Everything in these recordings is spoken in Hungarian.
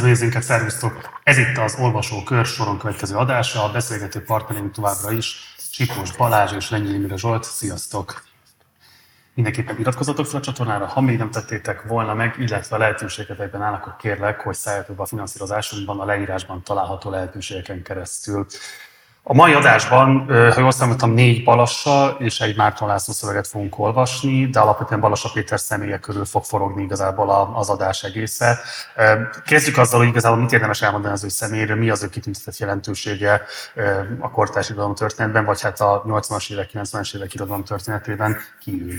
Üdvözlő nézőinket, szervusztok! Ez itt az Olvasókör soron következő adása, a beszélgető partnerünk továbbra is Sipos Balázs és Lengyel Imre Zsolt. Sziasztok! Mindenképpen iratkozzatok fel a csatornára, ha még nem tettétek volna meg, illetve a lehetőségetekben áll, akkor kérlek, hogy szálljatok be a finanszírozásunkban a leírásban található lehetőségeken keresztül. A mai adásban, ha jól számoltam, 4 Balassa és egy Márton László szöveget fogunk olvasni, de alapvetően Balassa Péter személye körül fog forogni igazából az adás egésze. Kezdjük azzal, hogy igazából mit érdemes elmondani az ő személyéről, mi az ő kitüntetett jelentősége a kortárs irodalom történetben, vagy hát a 80-as évek, 90-es évek irodalom történetében kívül.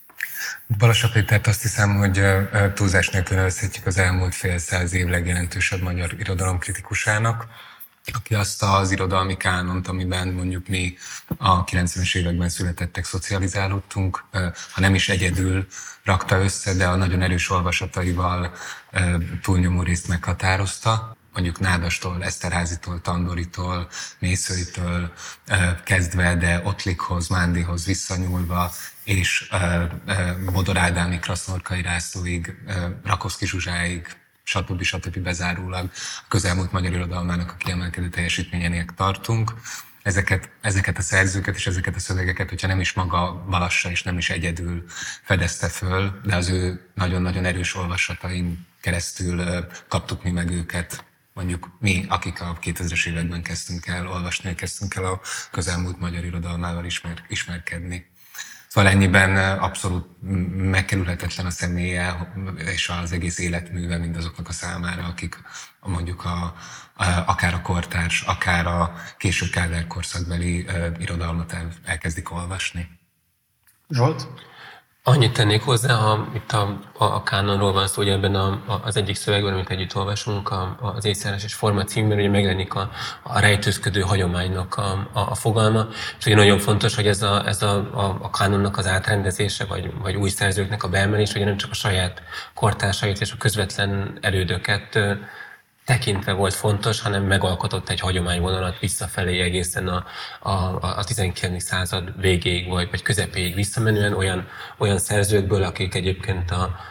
Balassa Pétert azt hiszem, hogy túlzás nélkül nevezhetjük az elmúlt fél száz év legjelentősebb magyar irodalomkritikusának, aki azt az irodalmi kánont, amiben mondjuk mi a 90-es években születettek, szocializálódtunk, ha nem is egyedül rakta össze, de a nagyon erős olvasataival túlnyomó részt meghatározta. Mondjuk Nádastól, Eszterházitól, Tandoritól, Mészőitől kezdve, de Ottlikhoz, Mándihoz visszanyúlva, és Bodor Ádámig, Krasznorkai Lászlóig, Rakovszky Zsuzsáig, stb. Bezárólag a közelmúlt magyar irodalmának a kiemelkedő teljesítményének tartunk. Ezeket a szerzőket és ezeket a szövegeket, hogyha nem is maga Balassa és nem is egyedül fedezte föl, de az ő nagyon-nagyon erős olvasatain keresztül kaptuk mi meg őket. Mondjuk mi, akik a 2000-es években kezdtünk el olvasni, kezdtünk el a közelmúlt magyar irodalmával ismerkedni. Szóval ennyiben abszolút megkerülhetetlen a személye és az egész életműve mindazoknak a számára, akik mondjuk akár a kortárs, akár a késő Kádár korszakbeli irodalmat elkezdik olvasni. Zsolt? Annyit tennék hozzá, itt a kánonról van szó, hogy ebben az egyik szövegben, amit együtt olvasunk, az Észjárásos és Forma címben, ugye megjelenik a rejtőzködő hagyománynak a fogalma, és ugye nagyon fontos, hogy ez a kánonnak az átrendezése, vagy új szerzőknek a beemelés, hogy nem csak a saját kortársait és a közvetlen elődöket tekintve volt fontos, hanem megalkotott egy hagyományvonalat visszafelé egészen a 19. század végéig vagy közepéig visszamenően olyan szerzőkből, akik egyébként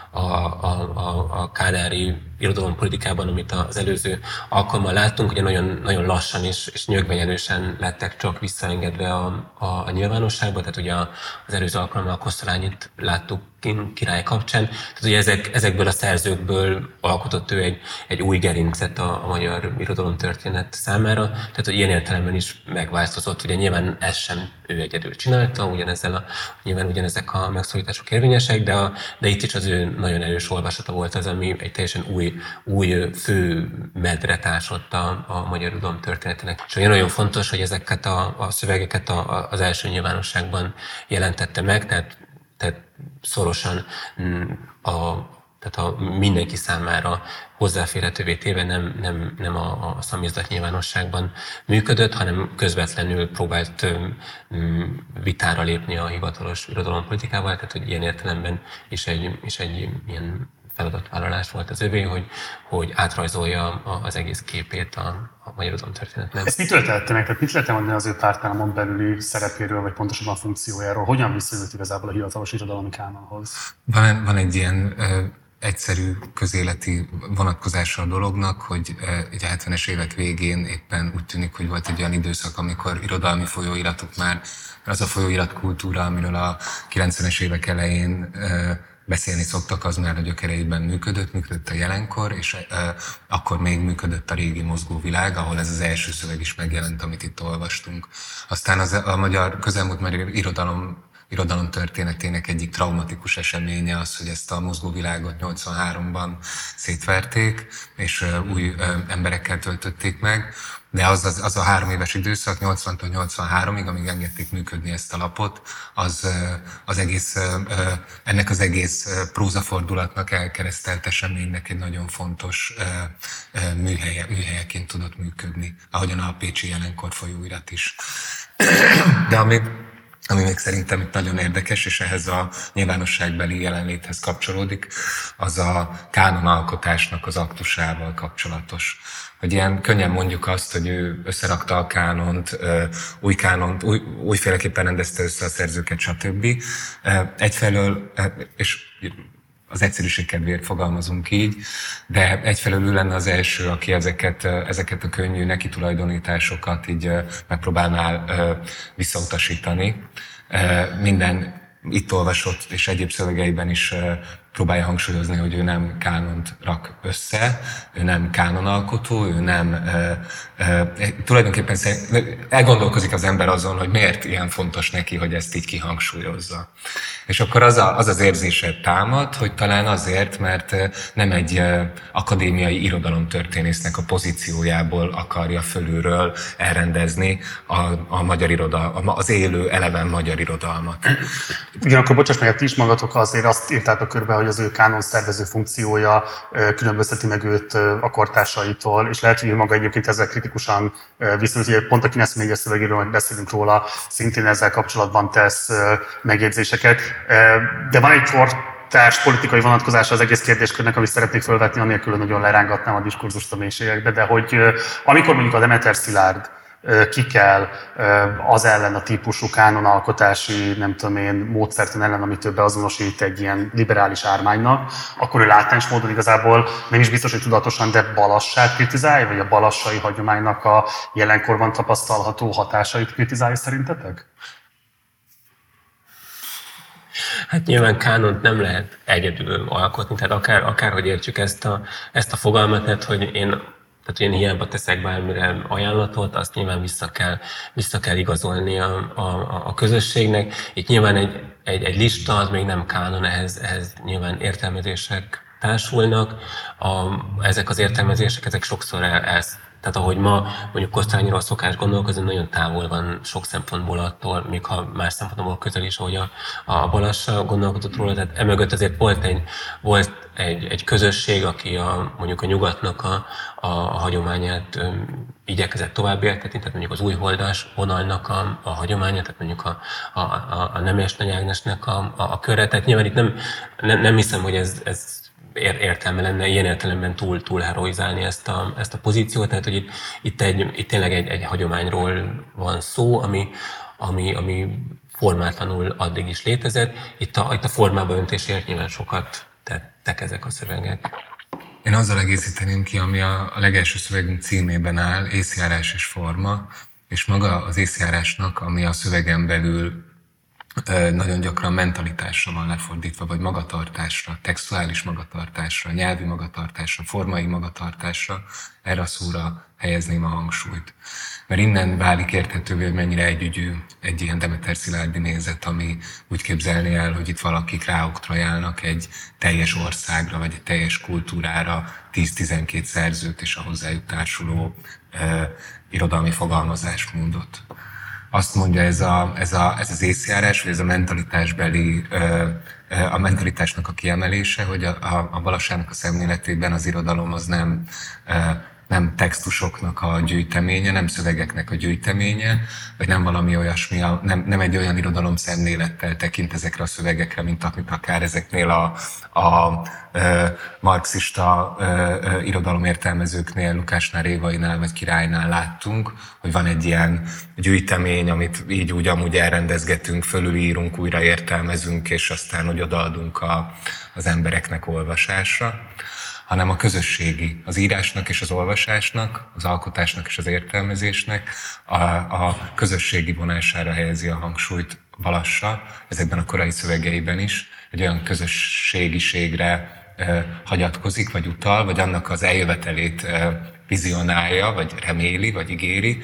a kádári irodalompolitikában, amit az előző alkalommal láttunk, ugye nagyon, nagyon lassan és nyögvenyelősen lettek csak visszaengedve a nyilvánosságba, tehát ugye az előző alkalommal a Kosztolányit láttuk király kapcsán. Tehát ugye ezekből a szerzőkből alkotott ő egy új gerincet a magyar irodalomtörténet számára, tehát hogy ilyen értelemben is megváltozott. Ugye nyilván ezt sem ő egyedül csinálta, nyilván ugyanezek a megszólítások érvényesek, de itt is az ő nagyon erős olvasata volt az, ami egy teljesen új fő medre társott a magyar irodalom történetének. És olyan nagyon fontos, hogy ezeket a szövegeket az első nyilvánosságban jelentette meg, tehát szorosan tehát a mindenki számára hozzáférhetővé téve nem a szamizdat nyilvánosságban működött, hanem közvetlenül próbált vitára lépni a hivatalos irodalompolitikával, tehát hogy ilyen értelemben is egy ilyen feladatvállalás volt az övé, hogy átrajzolja az egész képét a magyar irodalomtörténetnek. Ezt mitől tehette meg? Tehát mit lehetne mondani az ő pártállamon belüli szerepéről, vagy pontosabban a funkciójáról? Hogyan viszonyult igazából a hivatalos irodalmi kánonhoz? Van egy ilyen egyszerű közéleti vonatkozása a dolognak, hogy egy 70-es évek végén éppen úgy tűnik, hogy volt egy olyan időszak, amikor irodalmi folyóiratok már, az a folyóiratkultúra, amiről a 90-es évek elején beszélni szoktak, az már a gyökereiben működött a jelenkor, és akkor még működött a régi mozgóvilág, ahol ez az első szöveg is megjelent, amit itt olvastunk. Aztán a magyar közelmúlt magyar irodalom történetének egyik traumatikus eseménye az, hogy ezt a mozgóvilágot 83-ban szétverték, és új emberekkel töltötték meg. De az a 3 éves időszak, 80-tól 83-ig, amíg engedték működni ezt a lapot, ennek az egész prózafordulatnak elkeresztelt eseménynek egy nagyon fontos műhelyeként tudott működni, ahogyan a pécsi jelenkor folyóirat is. De ami még szerintem itt nagyon érdekes, és ehhez a nyilvánosságbeli jelenléthez kapcsolódik, az a kánonalkotásnak az aktusával kapcsolatos. Hogy ilyen könnyen mondjuk azt, hogy ő összerakta a kánont, újféleképpen rendezte össze a szerzőket, stb. Egyfelől, és az egyszerűség kedvéért fogalmazunk így, de egyfelől ő lenne az első, aki ezeket a könnyű neki tulajdonításokat így megpróbálná visszautasítani. Minden itt olvasott és egyéb szövegeiben is próbálja hangsúlyozni, hogy ő nem kánont rak össze, ő nem kánonalkotó, ő nem... tulajdonképpen elgondolkozik az ember azon, hogy miért ilyen fontos neki, hogy ezt így kihangsúlyozza. És akkor az az érzése támad, hogy talán azért, mert nem egy akadémiai irodalomtörténésznek a pozíciójából akarja fölülről elrendezni a magyar az élő, eleven magyar irodalmat. Ugyanakkor, bocsáss meg, ti is magatok azért azt írtátok körbe, hogy az ő kánon szervező funkciója különbözteti meg őt a kortársaitól, és lehet, hogy ő maga egyébként ezzel kritikusan viszont, hogy pont a 94-es szövegéről, hogy beszélünk róla, szintén ezzel kapcsolatban tesz megjegyzéseket. De van egy kortárs politikai vonatkozása az egész kérdéskörnek, amit szeretnék felvetni, anélkül nagyon lerángatnám a diskurzust a mélységekbe, de hogy amikor mondjuk a Demeter Szilárd kikel az ellen a típusú kánonalkotási, nem tudom én, módszertan ellen, amit ő beazonosít egy ilyen liberális ármánynak, akkor ő látens módon igazából nem is biztos, hogy tudatosan, de Balassát kritizálja, vagy a balassai hagyománynak a jelenkorban tapasztalható hatásait kritizálja szerintetek? Hát nyilván kánont nem lehet egyedül alkotni, tehát akárhogy értsük ezt a fogalmat, tehát hogy én hiába teszek bármire ajánlatot, azt nyilván vissza kell igazolni a közösségnek. Itt nyilván egy lista az még nem kánon, ehhez nyilván értelmezések társulnak. Ezek az értelmezések, ezek sokszor tehát ahogy ma mondjuk Kosztolányiról szokás gondolkozni, nagyon távol van sok szempontból attól, még ha más szempontból közel is, ahogy a Balassa gondolkodott róla. Tehát emögött azért volt egy közösség, aki mondjuk a nyugatnak a hagyományát igyekezett tovább éltetni, tehát mondjuk az újholdas vonalnak a hagyományát, tehát mondjuk a Nemes Nagy Ágnesnek a köre. Tehát nyilván itt nem hiszem, hogy ez értelme lenne ilyen értelemben túl heroizálni ezt a pozíciót, tehát hogy itt tényleg egy hagyományról van szó, ami formátlanul addig is létezett. Itt a formába öntésért nyilván sokat tettek ezek a szövegek. Én azzal egészíteném ki, ami a legelső szövegünk címében áll, észjárás és forma, és maga az észjárásnak, ami a szövegen belül nagyon gyakran mentalitásra van lefordítva, vagy magatartásra, textuális magatartásra, nyelvi magatartásra, formai magatartásra, erre a szóra helyezném a hangsúlyt. Mert innen válik érthetővé, hogy mennyire együgyű egy ilyen Demeter Szilárdi nézet, ami úgy képzelné el, hogy itt valakik ráoktrojálnak egy teljes országra, vagy egy teljes kultúrára 10-12 szerzőt és a hozzájuk társuló irodalmi fogalmazásmódot. Azt mondja ez az észjárás, vagy ez a mentalitásbeli, a mentalitásnak a kiemelése, hogy a Balassának a szemléletében az irodalom az nem textusoknak a gyűjteménye, nem szövegeknek a gyűjteménye, vagy nem valami olyasmi, nem egy olyan irodalom szemlélettel tekint ezekre a szövegekre, mint amit akár ezeknél a marxista irodalomértelmezőknél, Lukásnál, Révainál vagy Királynál láttunk, hogy van egy ilyen gyűjtemény, amit így úgy amúgy elrendezgetünk, fölülírunk, újra értelmezünk, és aztán úgy odaadunk az embereknek olvasásra, hanem a közösségi, az írásnak és az olvasásnak, az alkotásnak és az értelmezésnek a közösségi vonására helyezi a hangsúlyt Balassa, ezekben a korai szövegeiben is, egy olyan közösségiségre hagyatkozik, vagy utal, vagy annak az eljövetelét vizionálja, vagy reméli, vagy ígéri,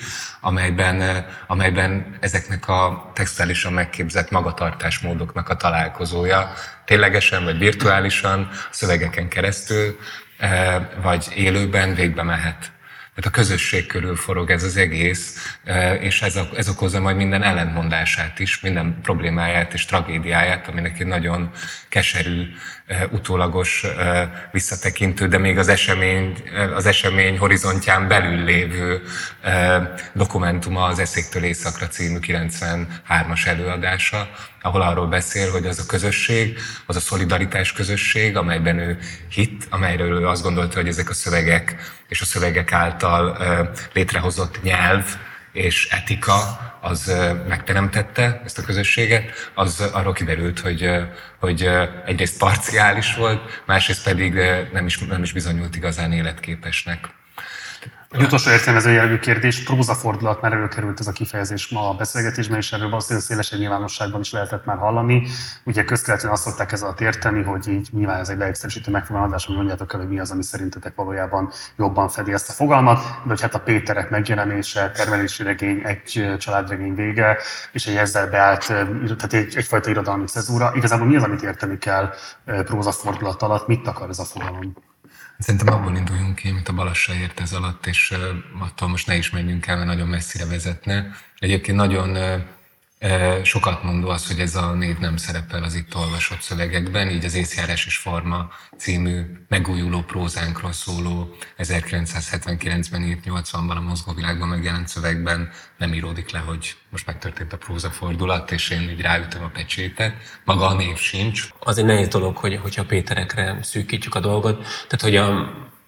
amelyben ezeknek a textuálisan megképzett magatartásmódoknak a találkozója ténylegesen, vagy virtuálisan, szövegeken keresztül, vagy élőben végbe mehet. Tehát a közösség körül forog ez az egész, és ez okozza majd minden ellentmondását is, minden problémáját és tragédiáját, aminek egy nagyon keserű, utólagos, visszatekintő, de még az esemény horizontján belül lévő dokumentuma az Eszéktől északra című 93-as előadása, ahol arról beszél, hogy az a közösség, az a szolidaritás közösség, amelyben ő hitt, amelyről ő azt gondolta, hogy ezek a szövegek és a szövegek által létrehozott nyelv és etika, az megteremtette ezt a közösséget, az arról kiderült, hogy egyrészt parciális volt, másrészt pedig nem is bizonyult igazán életképesnek. Egy utolsó értelmező jellegű kérdés, prózafordulat, már előkerült ez a kifejezés ma a beszélgetésben, és erről valószínűleg szélesebb nyilvánosságban is lehetett már hallani. Ugye közkeletűen azt szokták ez alatt érteni, hogy így nyilván ez egy leegyszerűsítő megfogalmazás, hogy mondjátok el, hogy mi az, ami szerintetek valójában jobban fedi ezt a fogalmat, de hogy hát a Péterek megjelenése, termelési regény, egy családregény vége, és egy ezzel beállt, tehát egyfajta irodalmi cezúra. Igazából mi az, amit érteni kell prózafordulat alatt, mit akar ez a fogalom? Szerintem abból induljunk ki, amit a Balassa ért ez alatt, és attól most ne is menjünk el, mert nagyon messzire vezetne. Egyébként nagyon sokat mondó az, hogy ez a név nem szerepel az itt olvasott szövegekben, így az Észjárás és forma című megújuló prózánkról szóló 1979-ben írt 80-ban a Mozgóvilágban megjelent szövegben nem íródik le, hogy most megtörtént a prózafordulat, és én így ráütöm a pecsétet. Maga a név sincs. Az egy nehéz dolog, hogyha Péterekre szűkítjük a dolgot. Tehát, hogy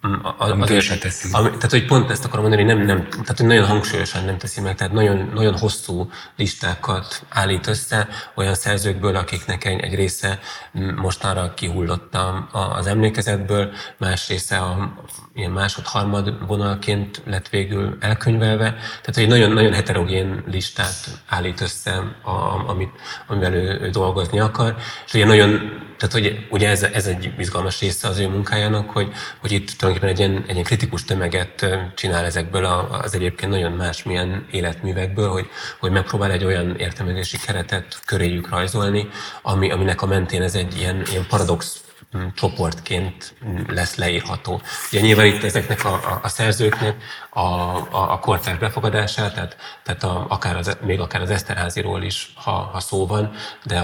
tehát, hogy pont ezt akarom mondani, hogy tehát, hogy nagyon hangsúlyosan nem teszi meg, tehát nagyon, nagyon hosszú listákat állít össze olyan szerzőkből, akiknek egy része mostanra kihullott az emlékezetből, más része ilyen másod-harmad vonalként lett végül elkönyvelve. Tehát egy nagyon, nagyon heterogén listát állít össze, amivel ő dolgozni akar. És ugye tehát hogy ugye ez egy izgalmas része az ő munkájának, hogy itt tulajdonképpen egy ilyen kritikus tömeget csinál ezekből az egyébként nagyon másmilyen életművekből, hogy megpróbál egy olyan értelmezési keretet köréjük rajzolni, aminek a mentén ez egy ilyen paradox csoportként lesz leírható. Ugye nyilván itt ezeknek a szerzőknek a kortárs befogadását, tehát még akár az Esterházyról is, ha szó van, de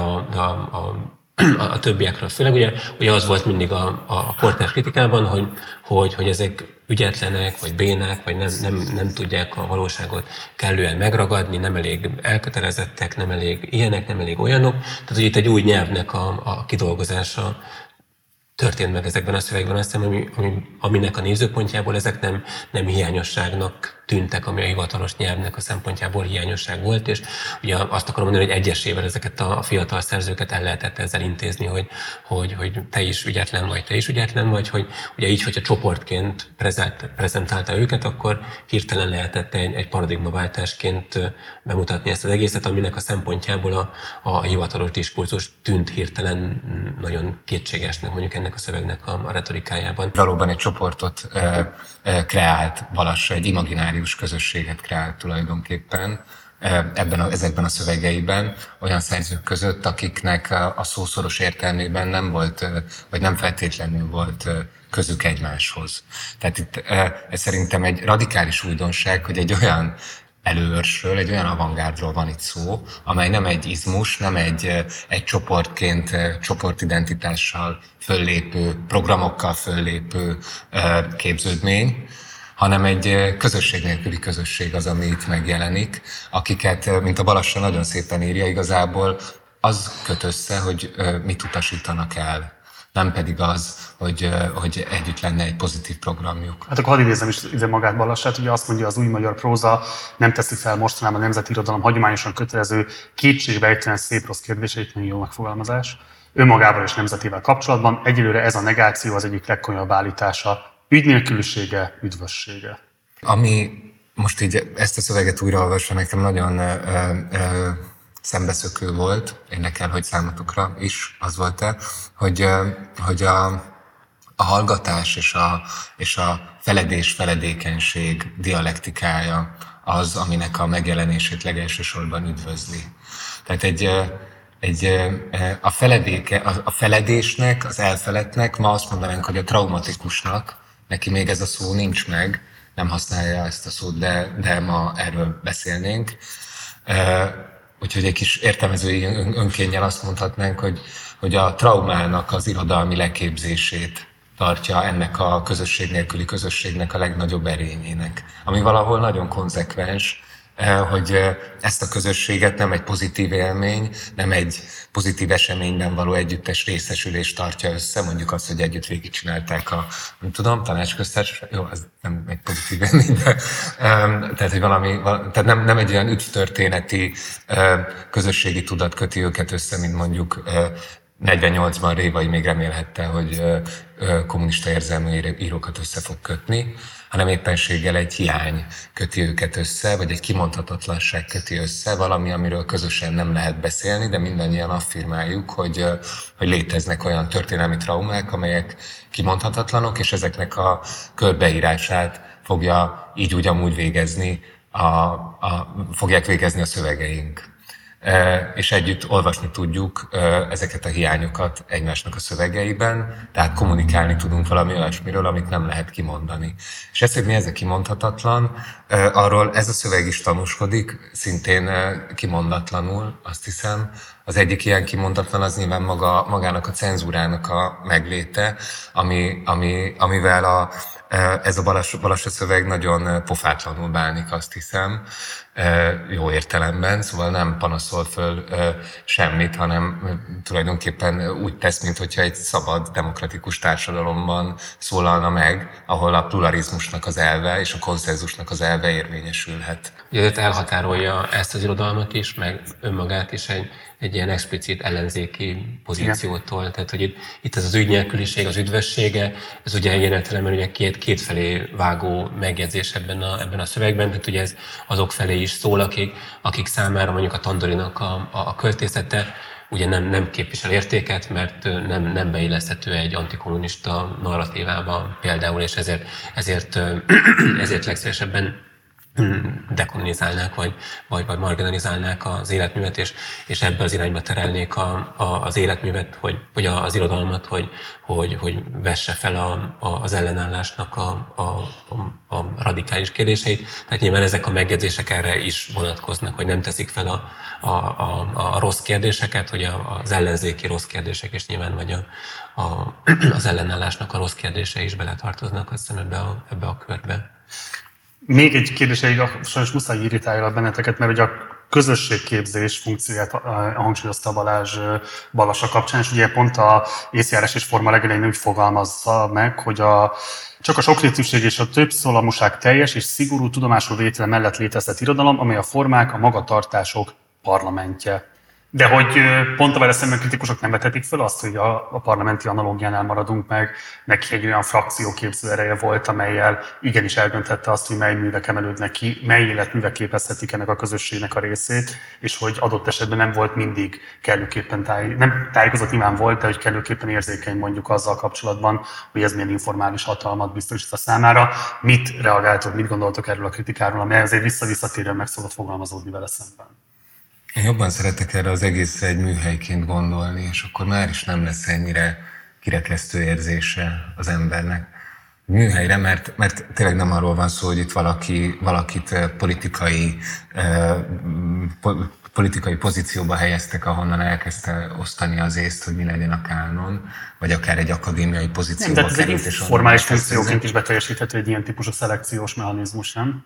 a többiekről főleg. Ugye az volt mindig a kortárs kritikában, hogy ezek ügyetlenek, vagy bénák, vagy nem tudják a valóságot kellően megragadni, nem elég elkötelezettek, nem elég ilyenek, nem elég olyanok. Tehát, hogy itt egy új nyelvnek a kidolgozása történt meg ezekben a szövegben, azt hiszem, aminek a nézőpontjából ezek nem hiányosságnak tűntek, ami a hivatalos nyelvnek a szempontjából hiányosság volt, és ugye azt akarom mondani, hogy egyesével ezeket a fiatal szerzőket el lehetett ezzel intézni, hogy te is ügyetlen vagy, hogy ugye így, hogyha csoportként prezentálta őket, akkor hirtelen lehetett egy paradigmaváltásként bemutatni ezt az egészet, aminek a szempontjából a hivatalos diskurzus tűnt hirtelen nagyon kétségesnek, mondjuk ennek a szövegnek a retorikájában. Valóban egy csoportot kreált Balassa, egy imaginárius közösséget kreált tulajdonképpen ezekben a szövegeiben, olyan szerzők között, akiknek a szószoros értelmében nem volt, vagy nem feltétlenül volt közük egymáshoz. Tehát itt ez szerintem egy radikális újdonság, hogy egy olyan előörsről, egy olyan avantgárdról van itt szó, amely nem egy izmus, nem egy csoportként, csoportidentitással föllépő, programokkal föllépő képződmény, hanem egy közösség nélküli közösség az, ami itt megjelenik, akiket, mint a Balassa nagyon szépen írja, igazából az köt össze, hogy mit utasítanak el. Nem pedig az, hogy együtt lenne egy pozitív programjuk. Hát akkor hadd idézem is ide magát Balassát, ugye azt mondja, az új magyar próza nem teszi fel mostanában a nemzeti irodalom hagyományosan kötelező kétségbejtően szép-rossz kérdéseit, nagyon jó megfogalmazás. Önmagával és nemzetével kapcsolatban egyelőre ez a negáció az egyik legkomolyabb állítása, ügy nélkülisége, üdvössége. Ami most így ezt a szöveget újraolvasva nekem nagyon szembeszökő volt, érdekel, hogy számotokra is az volt-e, hogy a hallgatás és a feledés-feledékenység dialektikája az, aminek a megjelenését legelsősorban üdvözli. Tehát a feledésnek, az elfeledtnek, ma azt mondanánk, hogy a traumatikusnak, neki még ez a szó nincs meg, nem használja ezt a szót, de ma erről beszélnénk. Úgyhogy egy kis értelmezői önkénnyel azt mondhatnánk, hogy a traumának az irodalmi leképzését tartja ennek a közösség nélküli közösségnek a legnagyobb erényének. Ami valahol nagyon konzekvens, hogy ezt a közösséget nem egy pozitív élmény, nem egy pozitív eseményben való együttes részesülés tartja össze, mondjuk azt, hogy együtt végigcsinálták nem tudom, tanácsköztársaság, jó, az nem egy pozitív élmény, de tehát, hogy tehát nem egy olyan ügytörténeti közösségi tudat köti őket össze, mint mondjuk 48-ban Révai még remélhette, hogy kommunista érzelmű írókat össze fog kötni, hanem éppenséggel egy hiány köti őket össze, vagy egy kimondhatatlanság köti össze, valami, amiről közösen nem lehet beszélni, de mindannyian affirmáljuk, hogy léteznek olyan történelmi traumák, amelyek kimondhatatlanok, és ezeknek a körbeírását fogja így úgy amúgy végezni, fogják végezni a szövegeink. És együtt olvasni tudjuk ezeket a hiányokat egymásnak a szövegeiben, tehát kommunikálni tudunk valami olyasmiről, amit nem lehet kimondani. És ez, hogy mi ez a kimondhatatlan, arról ez a szöveg is tanúskodik, szintén kimondatlanul, azt hiszem. Az egyik ilyen kimondatlan az nyilván magának a cenzúrának a megléte, amivel ez a Balassa szöveg nagyon pofátlanul bánik, azt hiszem, jó értelemben, szóval nem panaszol föl semmit, hanem tulajdonképpen úgy tesz, mintha egy szabad, demokratikus társadalomban szólalna meg, ahol a pluralizmusnak az elve és a konszenzusnak az elve érvényesülhet. Ezért elhatárolja ezt az irodalmat is, meg önmagát is egy ilyen explicit ellenzéki pozíciótól. Igen. Tehát, hogy itt ez az ügynélküliség, az üdvössége, ez ugye ilyen értelemben ugye kétfelé vágó megjegyzés ebben a szövegben, tehát ugye ez azok felé is szól, akik számára mondjuk a Tandorinak a költészete ugye nem képvisel értéket, mert nem beilleszthető egy antikommunista narratívába például, és ezért legszívesebben dekolonizálnák, vagy marginalizálnák az életművet, és ebbe az irányba terelnék az életművet, vagy az irodalmat, hogy vesse fel az ellenállásnak a radikális kérdéseit. Tehát nyilván ezek a megjegyzések erre is vonatkoznak, hogy nem teszik fel a rossz kérdéseket, hogy az ellenzéki rossz kérdések is nyilván, vagy az ellenállásnak a rossz kérdései is beletartoznak, azt hiszem ebbe a körbe. Még egy kérdéseig sajnos muszáj irritálja benneteket, mert ugye a közösségképzés funkcióját hangsúlyozta Balázs Balassa kapcsán, és ugye pont a észjárás és forma legelején úgy fogalmazza meg, hogy csak a sokrétűség és a többszólamúság teljes és szigorú tudomásul vétele mellett létezett irodalom, amely a formák, a magatartások parlamentje. De hogy pont a vele szemben kritikusok nem vetetik föl azt, hogy a parlamenti analógiánál maradunk meg, neki egy olyan frakcióképző ereje volt, amellyel igenis eldönthette azt, hogy mely művek emelődnek ki, mely életművek képezhetik ennek a közösségnek a részét, és hogy adott esetben nem volt mindig kellőképpen nem tájékozott nyilván volt, de hogy kellőképpen érzékeny mondjuk azzal kapcsolatban, hogy ez milyen informális hatalmat biztosít a számára. Mit reagáltok, mit gondoltok erről a kritikáról, amely azért visszatérően meg szokott fogalmazódni vele szemben? Én jobban szeretek erre az egész egy műhelyként gondolni, és akkor már is nem lesz ennyire kirekesztő érzése az embernek. Műhelyre, mert tényleg nem arról van szó, hogy itt valakit politikai pozícióba helyeztek, ahonnan elkezdte osztani az észt, hogy mi legyen a kánon, vagy akár egy akadémiai pozícióba került. De ez egy formális funkcióként is beteljesíthető egy ilyen típusú szelekciós mechanizmus, nem?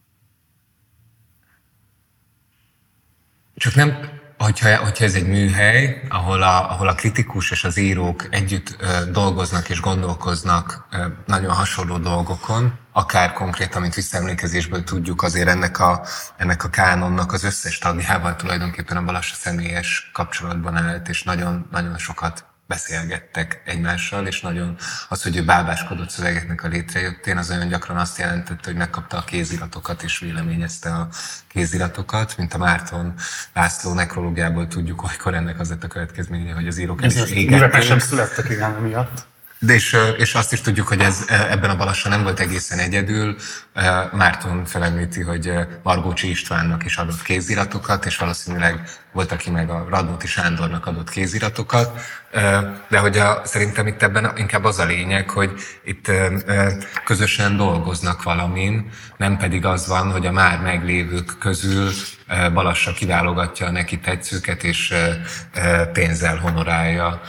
Csak nem, hogyha ez egy műhely, ahol a kritikus és az írók együtt dolgoznak és gondolkoznak nagyon hasonló dolgokon, akár konkrétan, mint visszaemlékezésből tudjuk, azért ennek a kánonnak az összes tagjával tulajdonképpen a Balassa személyes kapcsolatban állt, és nagyon, nagyon sokat beszélgettek egymással, és nagyon az, hogy ő bábáskodott szövegeknek a létrejöttén, az olyan gyakran azt jelentette, hogy megkapta a kéziratokat és véleményezte a kéziratokat, mint a Márton László nekrológiából tudjuk, olykor ennek az lett a következménye, hogy az írók el is égették. Művek sem születtek igen miatt. De és azt is tudjuk, hogy ebben a Balassa nem volt egészen egyedül. Márton felemlíti, hogy Margócsi Istvánnak is adott kéziratokat, és valószínűleg volt, aki meg a Radnóti Sándornak adott kéziratokat. De hogy szerintem itt ebben inkább az a lényeg, hogy itt közösen dolgoznak valamin, nem pedig az van, hogy a már meglévők közül Balassa kiválogatja a neki tetszőket, és pénzzel honorálja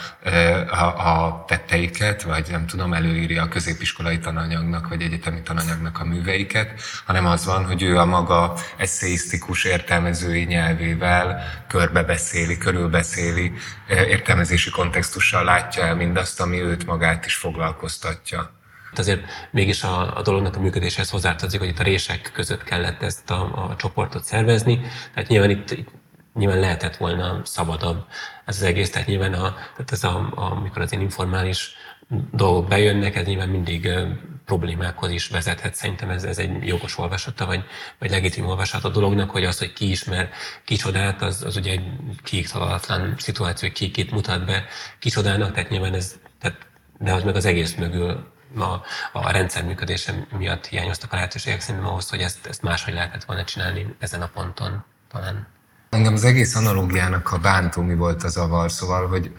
a tetteiket, vagy nem tudom, előírja a középiskolai tananyagnak, vagy egyetemi tananyagnak a műveiket, hanem az van, hogy ő a maga eszeisztikus értelmezői nyelvével körülbeszéli, értelmezési kontextussal látja el mindazt, ami őt magát is foglalkoztatja. Azért mégis a dolognak a működéshez hozzátartozik, hogy itt a rések között kellett ezt a csoportot szervezni, tehát nyilván itt nyilván lehetett volna szabadabb ez az egész, tehát nyilván amikor az ilyen informális dolgok bejönnek, ez nyilván mindig problémákhoz is vezethet. Szerintem ez egy jogos olvasata, vagy legitim olvasata a dolognak, hogy az, hogy ki ismer kicsodát, az ugye egy kiigtalatlan szituáció, hogy ki kit mutat be kicsodának, tehát nyilván de az meg az egész mögül a rendszer működése miatt hiányoztak a lehetőségek szerintem ahhoz, hogy ezt máshogy lehetett volna csinálni ezen a ponton talán. Engem az egész analógiának a bántó mi volt a zavar, szóval hogy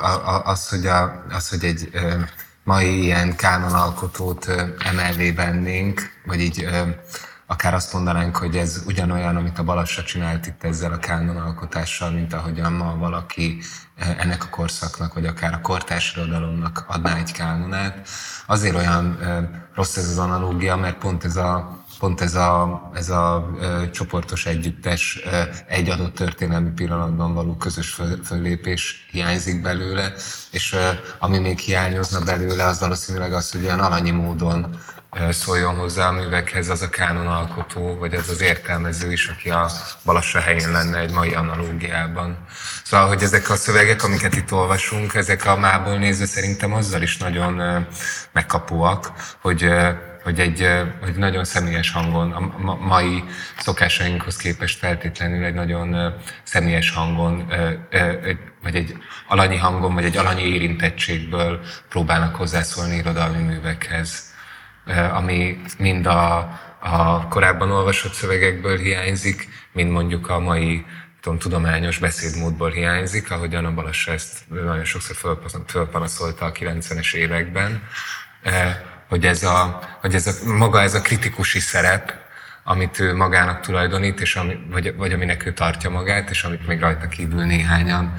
hogy egy mai ilyen kánonalkotót emellé vennénk, vagy így akár azt mondanánk, hogy ez ugyanolyan, amit a Balassa csinált itt ezzel a kánonalkotással, mint ahogyan ma valaki ennek a korszaknak, vagy akár a kortárs irodalomnak adná egy kánonát. Azért olyan rossz ez az analógia, mert pont ez a csoportos együttes egy adott történelmi pillanatban való közös föllépés hiányzik belőle, és ami még hiányozna belőle, az valószínűleg az, hogy olyan alanyi módon szóljon hozzá a művekhez az a kánonalkotó, vagy az az értelmező is, aki a Balassa helyén lenne egy mai analógiában. Szóval, hogy ezek a szövegek, amiket itt olvasunk, ezek a mából nézve szerintem azzal is nagyon megkapóak, hogy nagyon személyes hangon, a mai szokásainkhoz képest feltétlenül egy nagyon személyes hangon, vagy egy alanyi hangon, vagy egy alanyi érintettségből próbálnak hozzászólni irodalmi művekhez, ami mind a korábban olvasott szövegekből hiányzik, mind mondjuk a mai tudományos beszédmódból hiányzik, ahogyan a Balassa ezt nagyon sokszor fölpanaszolta a 90-es években, hogy ez a kritikusi szerep, amit ő magának tulajdonít, és vagy aminek ő tartja magát, és amit még rajta kívül néhányan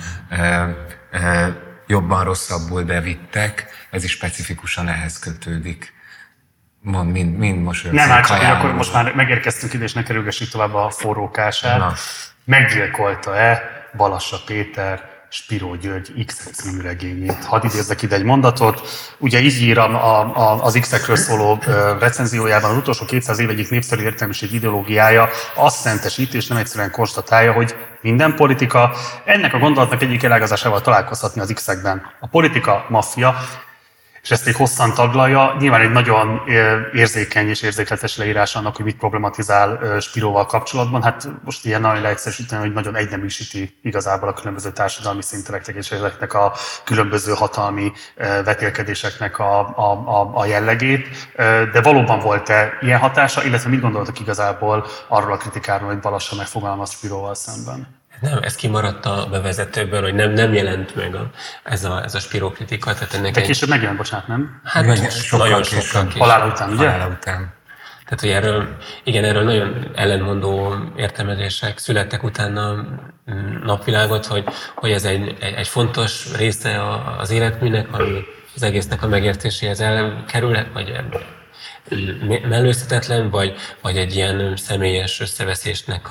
jobban rosszabbul bevittek, ez is specifikusan ehhez kötődik. Mind most nem, hát csak, hogy akkor most már megérkeztünk ide, és ne kerülgessük tovább a forrókását. Meggyilkolta-e Balassa Péter Spiró György X című regényét? Hadd idézzek ide egy mondatot. Ugye így ír az X-ekről szóló recenziójában: az utolsó 200 év egyik népszerű értelmiség ideológiája azt szentesíti, és nem egyszerűen konstatálja, hogy minden politika ennek a gondolatnak egyik elágazásával találkozhatni az X-ekben. A politika maffia, és ezt még hosszan taglalja. Nyilván egy nagyon érzékeny és érzékletes leírás annak, hogy mit problematizál Spiróval kapcsolatban. Hát most ilyen nagyon leegyszerűsíteni, hogy nagyon egyneműsíti igazából a különböző társadalmi szintereknek és ezeknek a különböző hatalmi vetélkedéseknek a jellegét. De valóban volt-e ilyen hatása, illetve mit gondoltak igazából arról a kritikáról, hogy Balassa megfogalmaz Spiróval szemben? Nem, ez kimaradt a bevezetőből, hogy nem jelent meg ez a Spiró kritika. De később megjelent, bocsánat, nem? Hát nagyon sokkal később. Halála után, ugye? Halála után. Tehát, hogy erről nagyon ellentmondó értelmezések születtek utána napvilágot, hogy ez egy fontos része az életműnek, ami az egésznek a megértéséhez elkerülhet, vagy mellőzhetetlen, vagy egy ilyen személyes összeveszésnek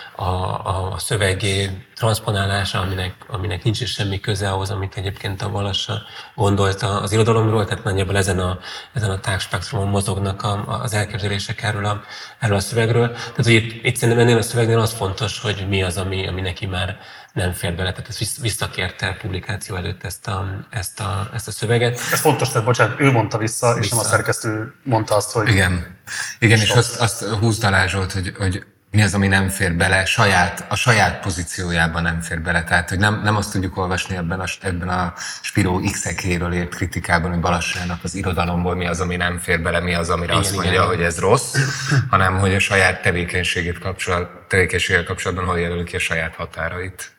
a szövegé transponálása, aminek nincs is semmi köze ahhoz, amit egyébként a Balassa gondolta az irodalomról, tehát nagyjából ezen a tágspektrumon mozognak az elképzelések erről a szövegről. Tehát, hogy itt szerintem ennél a szövegnél az fontos, hogy mi az, ami neki már nem fér bele, tehát ezt visszakérte publikáció előtt ezt a szöveget. Ez fontos, tehát bocsánat, ő mondta vissza, és nem a szerkesztő mondta azt, hogy... Igen, és azt húzdalá Zsolt, hogy mi az, ami nem fér bele, a saját pozíciójában nem fér bele. Tehát, hogy nem azt tudjuk olvasni ebben a Spiró X-ekéről ért kritikában, hogy Balassának az irodalomból mi az, ami nem fér bele, mi az, amire azt mondja, hogy ez rossz, hanem hogy a saját tevékenységgel kapcsolatban hol jelöli ki a saját határait.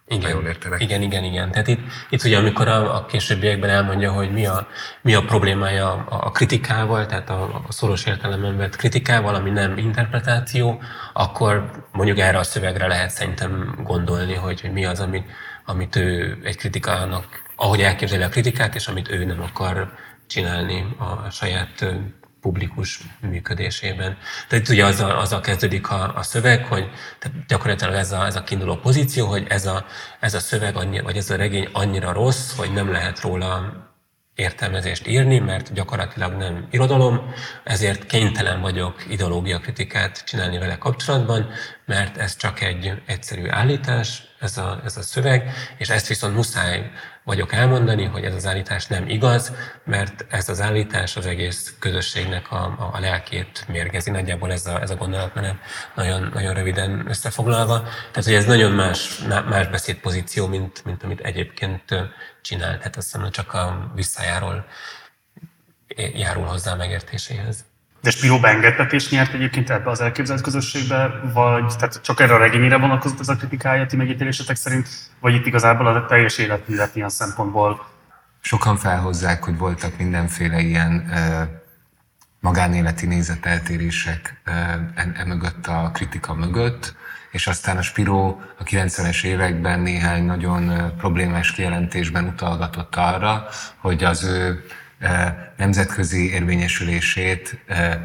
ha jól értelek. Igen. Tehát itt ugye, amikor a későbbiekben elmondja, hogy mi a problémája a kritikával, tehát a szoros értelemben vett kritikával, ami nem interpretáció, akkor mondjuk erre a szövegre lehet szerintem gondolni, hogy mi az, amit ő egy kritikának, ahogy elképzeli a kritikát, és amit ő nem akar csinálni a saját publikus működésében. Tehát itt ugye azzal kezdődik a szöveg, hogy tehát gyakorlatilag ez a kiinduló pozíció, hogy ez a szöveg vagy ez a regény annyira rossz, hogy nem lehet róla értelmezést írni, mert gyakorlatilag nem irodalom, ezért kénytelen vagyok ideológiakritikát csinálni vele kapcsolatban, mert ez csak egy egyszerű állítás, ez a szöveg, és ezt viszont muszáj vagyok elmondani, hogy ez az állítás nem igaz, mert ez az állítás az egész közösségnek a lelkét mérgezi. Nagyjából ez a gondolatmenet nagyon, nagyon röviden összefoglalva. Tehát, hogy ez nagyon más beszédpozíció, mint amit egyébként csinál. Tehát azt hiszem, csak a visszajáról járul hozzá a megértéséhez. De Spiro beengedtetést nyert egyébként ebbe az elképzelt közösségbe, vagy tehát csak erre a regényére vonatkozott ez a kritikája, ti megítélésetek szerint, vagy itt igazából a teljes életművet ilyen szempontból? Sokan felhozzák, hogy voltak mindenféle ilyen magánéleti nézeteltérések mögött, a kritika mögött, és aztán a Spiro a 90-es években néhány nagyon problémás kijelentésben utalgatott arra, hogy az ő nemzetközi érvényesülését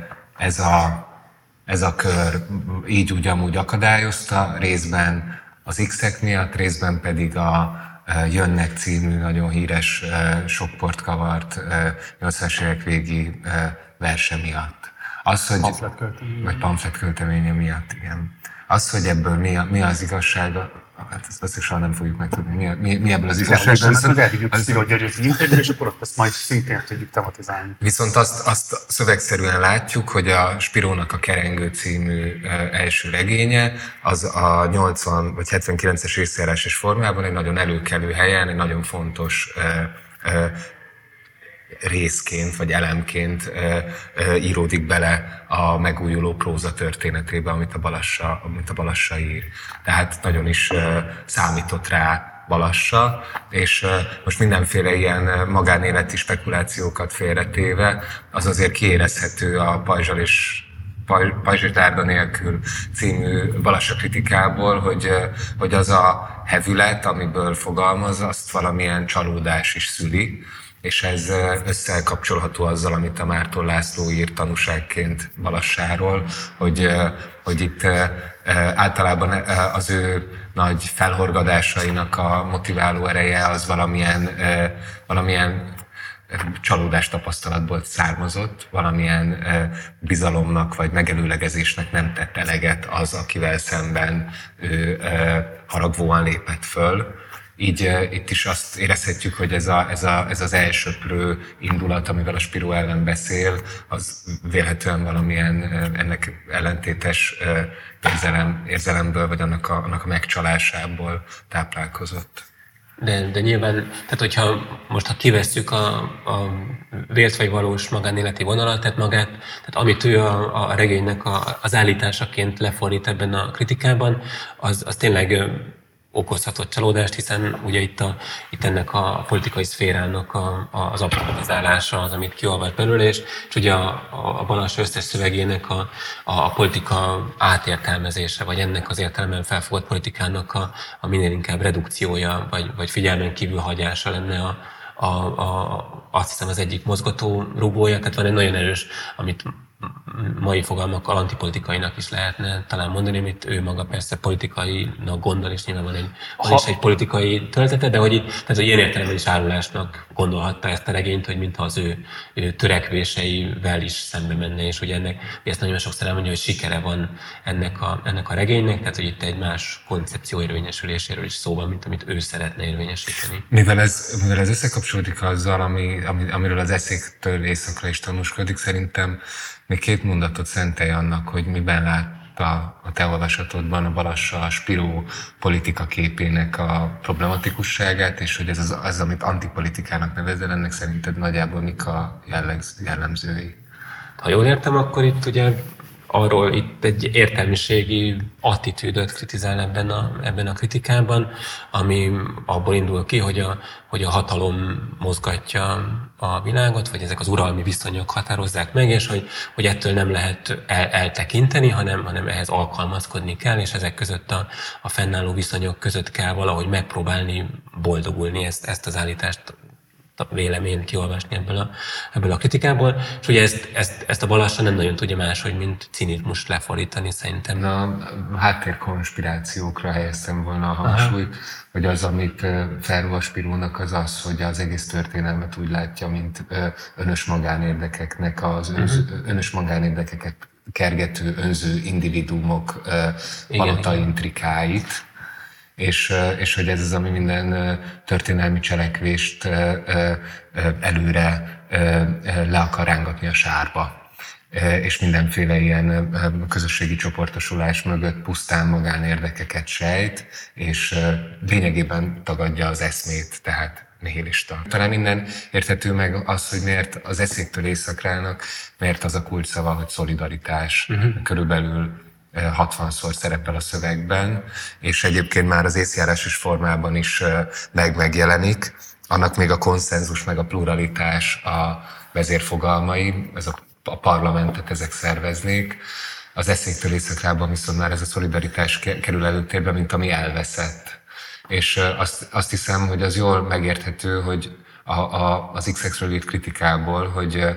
ez a kör így úgy akadályozta, részben az X-ek miatt, részben pedig a Jönnek című nagyon híres, sok port kavart 80-as évek végi verse miatt. Vagy pamfletkölteménye miatt, igen. Az, hogy ebből mi az igazsága, hát ezt soha nem fogjuk megtudni. Mi ebből az igazság? Viszont elhívjuk Spiro Györgyöt interjúra, és akkor ott ezt majd szintén tudjuk tematizálni. Viszont azt szövegszerűen látjuk, hogy a Spirónak a Kerengő című első regénye, az a 80 vagy 79-es észjárásos formában egy nagyon előkelő helyen, egy nagyon fontos részként vagy elemként íródik bele a megújuló próza történetébe, amit a Balassa ír. Tehát nagyon is számított rá Balassa, és most mindenféle ilyen magánéleti spekulációkat félretéve, az azért kiérezhető a Pajzsal és Pajzs Dárda nélkül című Balassa kritikából, hogy az a hevület, amiből fogalmaz, azt valamilyen csalódás is szüli, és ez összekapcsolható azzal, amit a Márton László ír tanúságként Balassáról, hogy itt általában az ő nagy felhorgadásainak a motiváló ereje az valamilyen csalódás tapasztalatból származott, valamilyen bizalomnak vagy megelőlegezésnek nem tett eleget az, akivel szemben ő haragvóan lépett föl. Így itt is azt érezhetjük, hogy ez az elsöprő indulat, amivel a Spiro ellen beszél, az vélhetően valamilyen ennek ellentétes érzelemből, vagy annak a megcsalásából táplálkozott. De nyilván, tehát hogyha kivesszük a vélt vagy valós magánéleti vonalat, tehát amit ő a regénynek az állításaként lefordít ebben a kritikában, az tényleg okozhatott csalódást, hiszen ugye itt ennek a politikai szférának az abszolutizálása az, amit kiolvad belőle, és ugye a Balassa összes szövegének a politika átértelmezése, vagy ennek az értelemben felfogott politikának a minél inkább redukciója, vagy figyelmen kívül hagyása lenne azt hiszem az egyik mozgató rugója, tehát van egy nagyon erős, amit mai fogalmakkal antipolitikainak is lehetne talán mondani, amit ő maga persze politikainak gondol, és nyilván van is egy politikai töltete, de hogy ilyen értelemben is árulásnak gondolhatta ezt a regényt, hogy mintha az ő törekvéseivel is szembe menne, és ugye ezt nagyon sokszor elmondja, hogy sikere van ennek a regénynek, tehát hogy itt egy más koncepció érvényesüléséről is szó van, mint amit ő szeretne érvényesíteni. Mivel ez összekapcsolódik azzal, amiről az eszéktől északra is tanúskodik, szerintem még két mondatot szentelj annak, hogy miben látta a te olvasatodban a Balassa a Spiro politika képének a problematikusságát, és hogy ez az amit antipolitikának nevezel, ennek szerinted nagyjából mik a jellemzői? Ha jól értem, akkor itt ugye arról itt egy értelmiségi attitűdöt kritizál ebben a kritikában, ami abból indul ki, hogy a hatalom mozgatja a világot, vagy ezek az uralmi viszonyok határozzák meg, és hogy ettől nem lehet eltekinteni, hanem ehhez alkalmazkodni kell, és ezek között a fennálló viszonyok között kell valahogy megpróbálni boldogulni, ezt az állítást véleményt kiolvasni ebből a kritikából, és ugye ezt a bal lassan nem nagyon tudja máshogy, mint cinizmust lefordítani szerintem. A háttérkonspirációkra helyeztem volna a hangsúlyt, hogy az, amit felrúg a Spirónak, az az, hogy az egész történelmet úgy látja, mint önös magánérdekeknek, önös magánérdekeket kergető önző individuumok palotaintrikáit, és hogy ez az, ami minden történelmi cselekvést előre le akar rángatni a sárba. És mindenféle ilyen közösségi csoportosulás mögött pusztán magánérdekeket sejt, és lényegében tagadja az eszmét, tehát nihilista. Talán innen érthető meg az, hogy miért az eszéktől északrának, miért az a kulcsszava, hogy szolidaritás. Körülbelül 60-szor szerepel a szövegben, és egyébként már az észjárásos formában is megjelenik. Annak még a konszenzus, meg a pluralitás a vezérfogalmai, a parlamentet ezek szerveznék. Az eszéktől éjszakrában viszont már ez a szolidaritás kerül előtérbe, mint ami elveszett. És azt hiszem, hogy az jól megérthető, hogy az X-ről írt kritikából,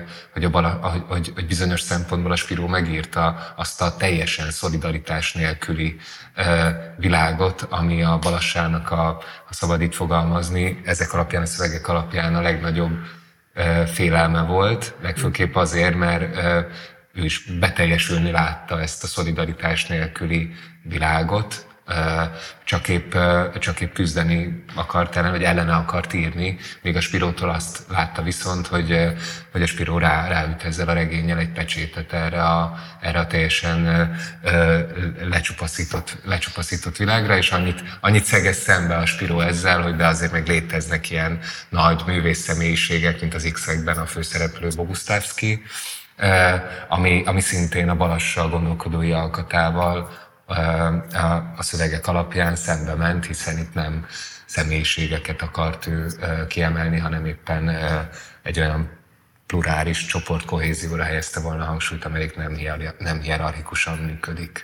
hogy bizonyos szempontból a Spiró megírta azt a teljesen szolidaritás nélküli világot, ami a Balassának, ha szabad így fogalmazni, ezek alapján, a szövegek alapján a legnagyobb félelme volt, legfőképp azért, mert ő is beteljesülni látta ezt a szolidaritás nélküli világot, csak épp küzdeni akart ellen, vagy ellene akart írni, míg a Spirótól azt látta viszont, hogy a Spiró ráüt ezzel a regénnyel egy pecsétet erre a teljesen lecsupaszított világra, és annyit szegez szembe a Spiró ezzel, hogy de azért meg léteznek ilyen nagy művész személyiségek, mint az X-ekben a főszereplő Boguszlávszky, ami szintén a Balassa gondolkodói alkatával a szövegek alapján szembe ment, hiszen itt nem személyiségeket akart ő kiemelni, hanem éppen egy olyan plurális csoportkohézióra helyezte volna hangsúlyt, amelyik nem hierarchikusan működik.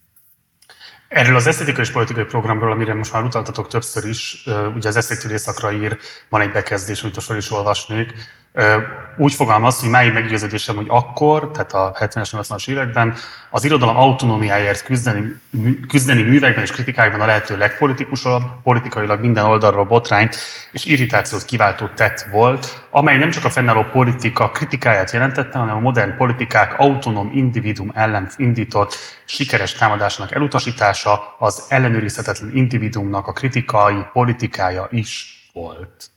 Erről az esztétikai és politikai programról, amire most már utaltatok többször is, ugye az Eszéktől északra ír, van egy bekezdés, amit most fel is olvasnék, úgy fogalmaz, hogy máig meggyőződésem, hogy akkor, tehát a 70-es, 80-as években az irodalom autonómiáért küzdeni művekben és kritikákban a lehető legpolitikusabb, politikailag minden oldalról botrányt és irritációt kiváltó tett volt, amely nem csak a fennálló politika kritikáját jelentette, hanem a modern politikák autonóm individuum ellen indított sikeres támadásának elutasítása, az ellenőrizhetetlen individuumnak a kritikai politikája is volt.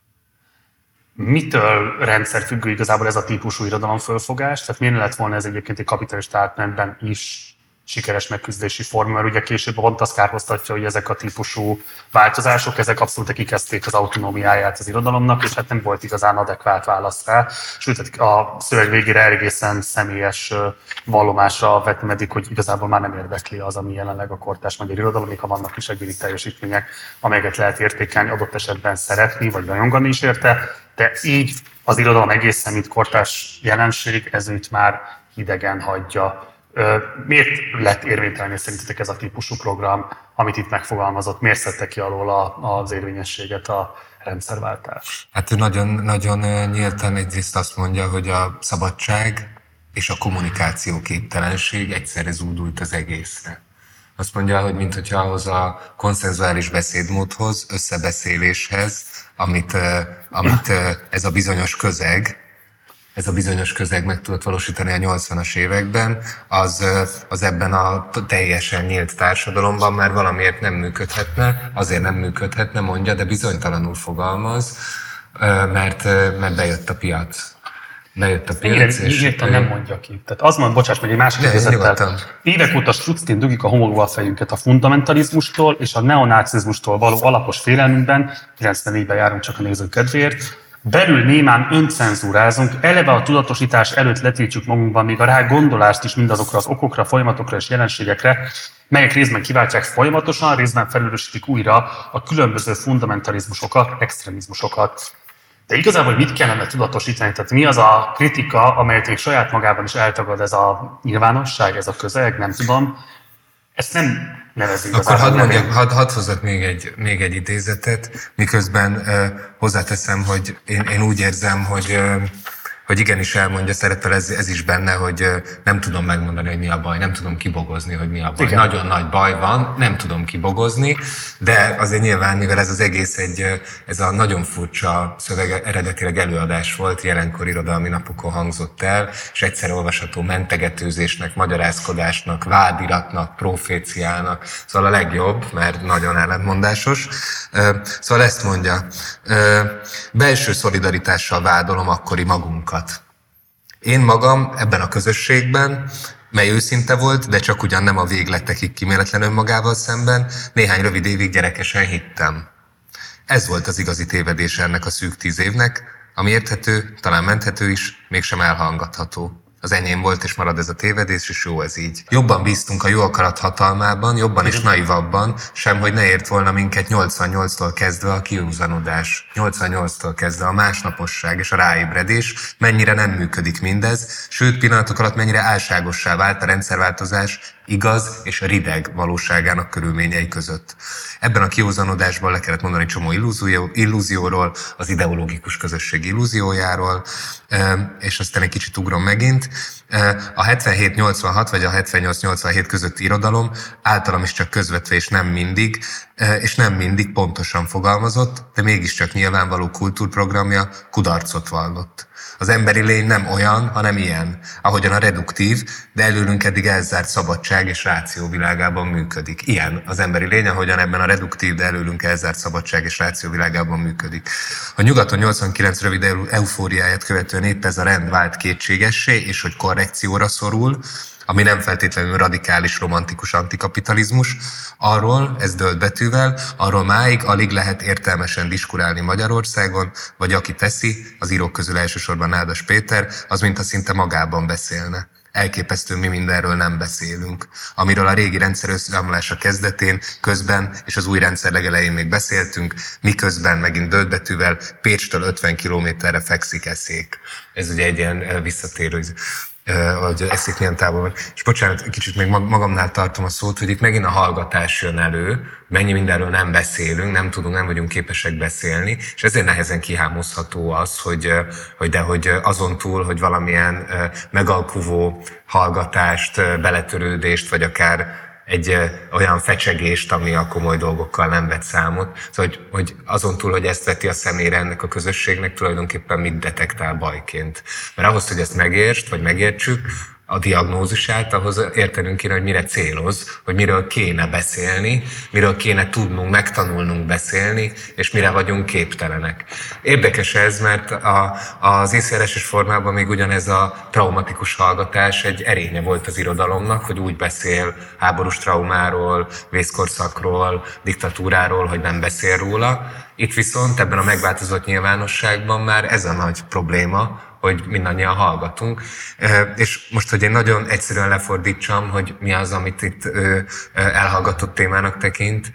Mitől rendszerfüggő igazából ez a típusú irodalomfölfogás? Tehát miért lett volna ez egyébként egy kapitalista átmenetben is sikeres megküzdési forma, mert ugye később pont azt kárhoztatja, hogy ezek a típusú változások, ezek abszolút kikezték az autonómiáját az irodalomnak, és hát nem volt igazán adekvát válasz rá. Sőt, a szöveg végére egészen személyes vallomásra vetemedik, hogy igazából már nem érdekli az, ami jelenleg a kortárs magyar irodalom, még ha vannak is egyéni teljesítmények, amelyeket lehet értékelni, adott esetben szeretni, vagy rajongani is érte, de így az irodalom egészen, mint kortárs jelenség, ez őt már hidegen hagyja. Miért lett érvénytelen szerintetek ez a típusú program, amit itt megfogalmazott? Miért szedte ki alól az érvényességet a rendszerváltás? Hát ő nagyon nyíltan egyrészt azt mondja, hogy a szabadság és a kommunikáció képtelenség egyszerre zúdult az egészre. Azt mondja, hogy minthogyha ahhoz a konszenzuális beszédmódhoz, összebeszéléshez, amit ez a bizonyos közeg meg tudott valósítani a 80-as években, az ebben a teljesen nyílt társadalomban már valamiért nem működhetne, azért nem működhetne, mondja, de bizonytalanul fogalmaz, mert bejött a piac. Nyíltan nem mondja ki. Tehát az van, bocsáss meg, egy másik idézettel. Évek óta struccként dugjuk a homokba a fejünket a fundamentalizmustól és a neonácizmustól való alapos félelmünkben, 94-ben járunk csak a néző kedvéért, Belül némán öncenzúrázunk, eleve a tudatosítás előtt letiltjuk magunkban még a rá gondolást is mindazokra az okokra, folyamatokra és jelenségekre, melyek részben kiváltják folyamatosan, részben felülősítik újra a különböző fundamentalizmusokat, extrémizmusokat. De igazából mit kellene tudatosítani? Tehát mi az a kritika, amelyet még saját magában is eltagad ez a nyilvánosság, ez a közeg, nem tudom. Ezt nem nevezzük Akkor igazából. hadd hozzak még egy idézetet, miközben hozzáteszem, hogy én úgy érzem, hogy igenis elmondja, szerepel ez is benne, hogy nem tudom megmondani, hogy mi a baj, nem tudom kibogozni, hogy mi a baj. Igen. Nagyon nagy baj van, nem tudom kibogozni, de azért nyilván, mivel ez az egész ez a nagyon furcsa szöveg eredetileg előadás volt, jelenkor irodalmi napokon hangzott el, és egyszer olvasható mentegetőzésnek, magyarázkodásnak, vádiratnak, proféciának, szóval a legjobb, mert nagyon ellentmondásos. Szóval ezt mondja, belső szolidaritással vádolom akkori magunkat. Én magam ebben a közösségben, mely őszinte volt, de csak ugyan nem a végletekig kíméletlen önmagával szemben, néhány rövid évig gyerekesen hittem. Ez volt az igazi tévedés ennek a szűk 10 évnek, ami érthető, talán menthető is, mégsem elhallgatható. Az enyém volt és marad ez a tévedés, és jó ez így. Jobban bíztunk a jó akarat hatalmában, jobban és naivabban, sem hogy ne ért volna minket 88-tól kezdve a kiúzanodás, 88-tól kezdve a másnaposság és a ráébredés, mennyire nem működik mindez, sőt pillanatok alatt mennyire álságossá vált a rendszerváltozás igaz és a rideg valóságának körülményei között. Ebben a kiúzanodásban le kellett mondani csomó illúzióról, az ideológikus közösség illúziójáról, és aztán egy kicsit ugrom megint. A 77-86 vagy a 78-87 közötti irodalom általam is csak közvetve és nem mindig pontosan fogalmazott, de mégiscsak nyilvánvaló kultúrprogramja kudarcot vallott. Az emberi lény nem olyan, hanem ilyen, ahogyan a reduktív, de előlünk eddig elzárt szabadság és ráció világában működik. Ilyen az emberi lény, ahogyan ebben a reduktív, de előlünk elzárt szabadság és ráció világában működik. A nyugaton 89 rövid eufóriáját követően épp ez a rend vált kétségessé, és hogy korrekcióra szorul, ami nem feltétlenül radikális, romantikus antikapitalizmus, arról, ez dölt betűvel, arról máig alig lehet értelmesen diskurálni Magyarországon, vagy aki teszi, az írók közül elsősorban Nádas Péter, az mintha szinte magában beszélne. Elképesztő, mi mindenről nem beszélünk. Amiről a régi rendszer összeomlása kezdetén, közben és az új rendszer legelején még beszéltünk, miközben megint dölt betűvel Pécstől 50 kilométerre fekszik Eszék. Ez ugye egy ilyen visszatérő, hogy Eszék milyen távol van. És bocsánat, kicsit még magamnál tartom a szót, hogy itt megint a hallgatás jön elő, mennyi mindenről nem beszélünk, nem tudunk, nem vagyunk képesek beszélni, és ezért nehezen kihámozható az, hogy azon túl, hogy valamilyen megalkuvó hallgatást, beletörődést, vagy akár egy olyan fecsegést, ami a komoly dolgokkal nem vett számot. Szóval, hogy azon túl, hogy ezt veti a szemére ennek a közösségnek, tulajdonképpen mit detektál bajként. Mert ahhoz, hogy ezt megértsd, vagy megértsük, a diagnózisát, ahhoz értenünk kéne, hogy mire céloz, hogy miről kéne beszélni, miről kéne tudnunk, megtanulnunk beszélni, és mire vagyunk képtelenek. Érdekes ez, mert az észjárásos formában még ugyanez a traumatikus hallgatás egy erénye volt az irodalomnak, hogy úgy beszél háborús traumáról, vészkorszakról, diktatúráról, hogy nem beszél róla. Itt viszont ebben a megváltozott nyilvánosságban már ez a nagy probléma, hogy mindannyian hallgatunk. És most, hogy én nagyon egyszerűen lefordítsam, hogy mi az, amit itt elhallgatott témának tekint,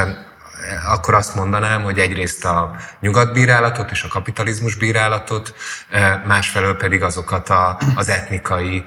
akkor azt mondanám, hogy egyrészt a nyugatbírálatot és a kapitalizmus bírálatot, másfelől pedig azokat az etnikai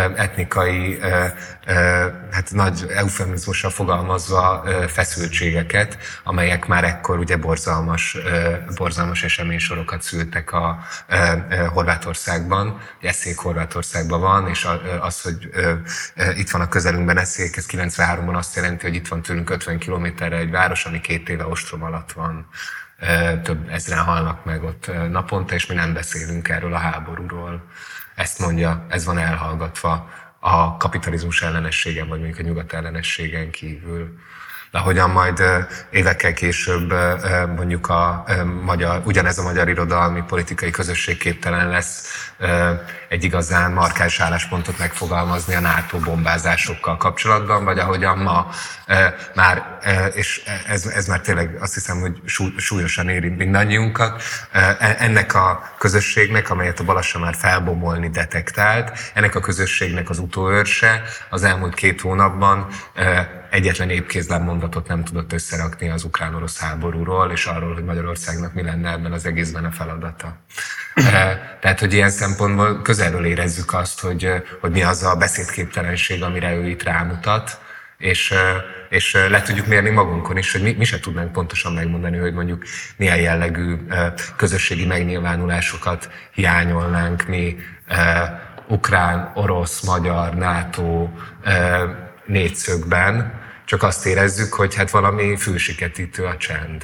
hát nagy eufemizmussal fogalmazva feszültségeket, amelyek már ekkor ugye borzalmas eseménysorokat szültek a Horvátországban. Eszék Horvátországban van, és az, hogy itt van a közelünkben Eszék, ez 93-ban azt jelenti, hogy itt van tőlünk 50 kilométerre egy város, ami 2 éve ostrom alatt van. Több ezren halnak meg ott naponta, és mi nem beszélünk erről a háborúról. Ezt mondja, ez van elhallgatva a kapitalizmus ellenességen, vagy mondjuk a nyugat ellenességen kívül. de ahogyan majd évekkel később mondjuk ugyanez a magyar irodalmi politikai közösség képtelen lesz egy igazán markáns álláspontot megfogalmazni a NATO bombázásokkal kapcsolatban, vagy ahogyan ma már, és ez már tényleg azt hiszem, hogy súlyosan érint mindannyiunkat, ennek a közösségnek, amelyet a Balassa már felbomolni detektált, ennek a közösségnek az utóőrse az elmúlt 2 hónapban egyetlen épkézláb mondatot nem tudott összerakni az ukrán-orosz háborúról, és arról, hogy Magyarországnak mi lenne ebben az egészben a feladata. Tehát, hogy ilyen szempontból közelről érezzük azt, hogy mi az a beszédképtelenség, amire ő itt rámutat, és le tudjuk mérni magunkon is, hogy mi se tudnánk pontosan megmondani, hogy mondjuk milyen jellegű közösségi megnyilvánulásokat hiányolnánk mi ukrán, orosz, magyar, NATO négyszögben, csak azt érezzük, hogy hát valami fülsiketítő a csend.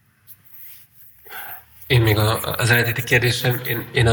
Én még az eredeti kérdésem, én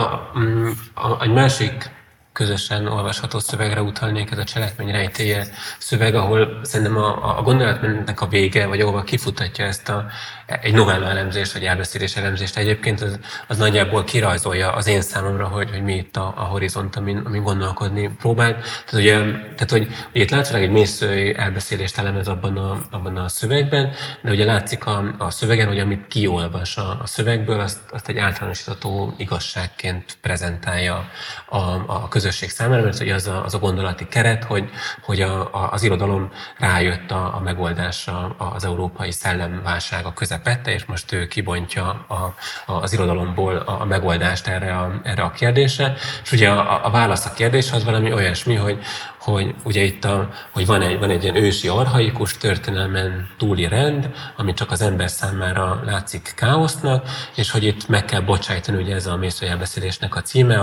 egy másik közösen olvasható szövegre utalnék, ez a Cselekmény rejtélye szöveg, ahol szerintem a gondolatmenetnek a vége, vagy ahova kifutatja ezt egy novella elemzést, vagy elbeszélés elemzést egyébként, az nagyjából kirajzolja az én számomra, hogy mi itt a horizont, amin gondolkodni próbál. Tehát, hogy itt látszólag egy mészői elbeszélést elemez abban a szövegben, de ugye látszik a szövegen, hogy amit kiolvas a szövegből, azt egy általánosítható igazságként prezentálja a közösség számára, mert ugye az a gondolati keret, hogy az irodalom rájött a megoldásra az európai szellemválsága közepette, és most ő kibontja az irodalomból a megoldást erre a kérdésre. És ugye a válasz a kérdés az valami olyasmi, hogy ugye itt hogy van egy ilyen ősi archaikus történelmen túli rend, ami csak az ember számára látszik káosznak, és hogy itt meg kell bocsájtani, ugye ez a mészői elbeszélésnek a címe,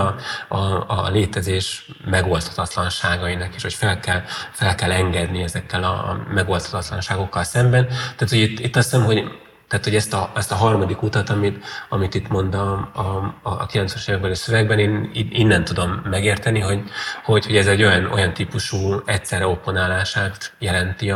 a létezés megoldhatatlanságainak, és hogy fel kell engedni ezekkel a megoldhatatlanságokkal szemben. Tehát, hogy itt azt hiszem, hogy ezt a harmadik utat, amit itt mond a 90-es évekbeli szövegben, én innen tudom megérteni, hogy ez egy olyan típusú egyszerre opponálását jelenti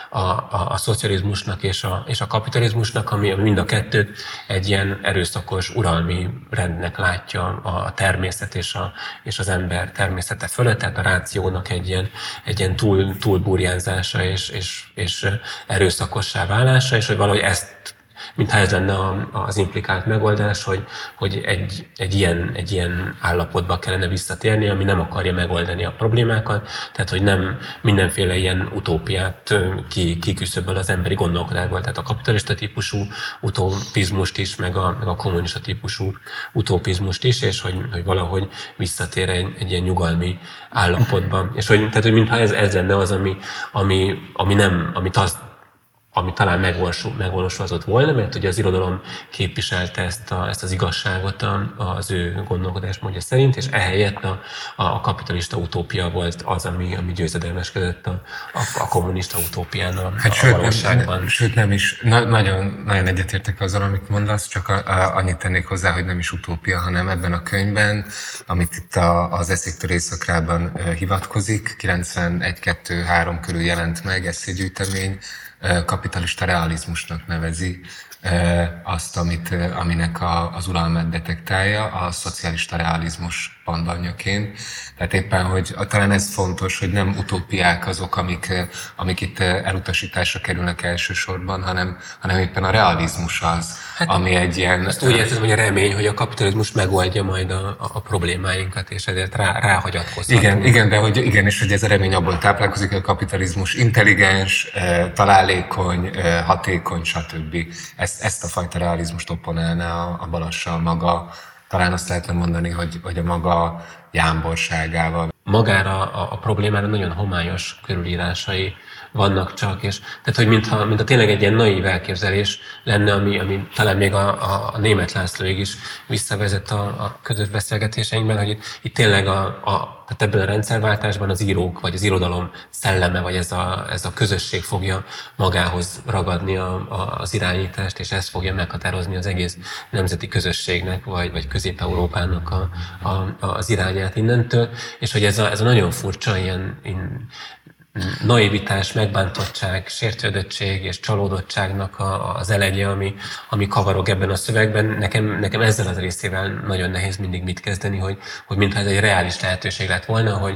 a szocializmusnak és a kapitalizmusnak, ami mind a kettőt egy ilyen erőszakos uralmi rendnek látja a természet és az ember természete fölött, tehát a rációnak egy ilyen túlburjánzása és erőszakossá válása, és hogy valahogy ezt mintha ez lenne az implikált megoldás, hogy egy ilyen állapotba kellene visszatérni, ami nem akarja megoldani a problémákat, tehát hogy nem mindenféle ilyen utópiát kiküszöböl az emberi gondolkodásból, tehát a kapitalista típusú utopizmust is, meg a kommunista típusú utopizmust is, és hogy valahogy visszatér egy ilyen nyugalmi állapotba. És hogy mintha ez lenne az, ami talán megvalósulhatott volna, mert ugye az irodalom képviselte ezt az igazságot az ő gondolkodásmódja szerint, és ehelyett a kapitalista utópia volt az, ami győzedelmeskedett a kommunista utópián a valóságban. Sőt, nem is. Nagyon egyetértek azzal, amit mondasz, csak annyit tennék hozzá, hogy nem is utópia, hanem ebben a könyvben, amit itt az Eszéktől Éjszakrában hivatkozik, 91-2-3 körül jelent meg, esszégyűjtemény, kapitalista realizmusnak nevezi azt, aminek az uralmát detektálja, a szocialista realizmus pandalnyaként. Tehát éppen, hogy talán ez fontos, hogy nem utópiák azok, amik itt elutasításra kerülnek elsősorban, hanem éppen a realizmus az, ami egy ilyen... Azt úgy értem, hogy a remény, hogy a kapitalizmus megoldja majd a problémáinkat, és ezért ráhagyatkozhatunk. Igen, de és hogy ez a remény abból táplálkozik, hogy a kapitalizmus intelligens, találékony, hatékony, stb. Ezt a fajta realizmust opponálná a Balassa maga, talán azt lehetne mondani, hogy a maga jámborságával. Magára a problémára nagyon homályos körülírásai vannak csak, és tehát, hogy mintha tényleg egy ilyen naív elképzelés lenne, ami talán még a Németh Lászlóig is visszavezet a közös beszélgetéseinkben, hogy itt tényleg tehát ebben a rendszerváltásban az írók, vagy az irodalom szelleme, vagy ez a közösség fogja magához ragadni az irányítást, és ez fogja meghatározni az egész nemzeti közösségnek, vagy Közép-Európának az irányát innentől, és hogy ez a nagyon furcsa ilyen naivitás, megbántottság, sértődöttség és csalódottságnak az elegye, ami kavarog ebben a szövegben. Nekem ezzel az részével nagyon nehéz mindig mit kezdeni, hogy mintha ez egy reális lehetőség lett volna,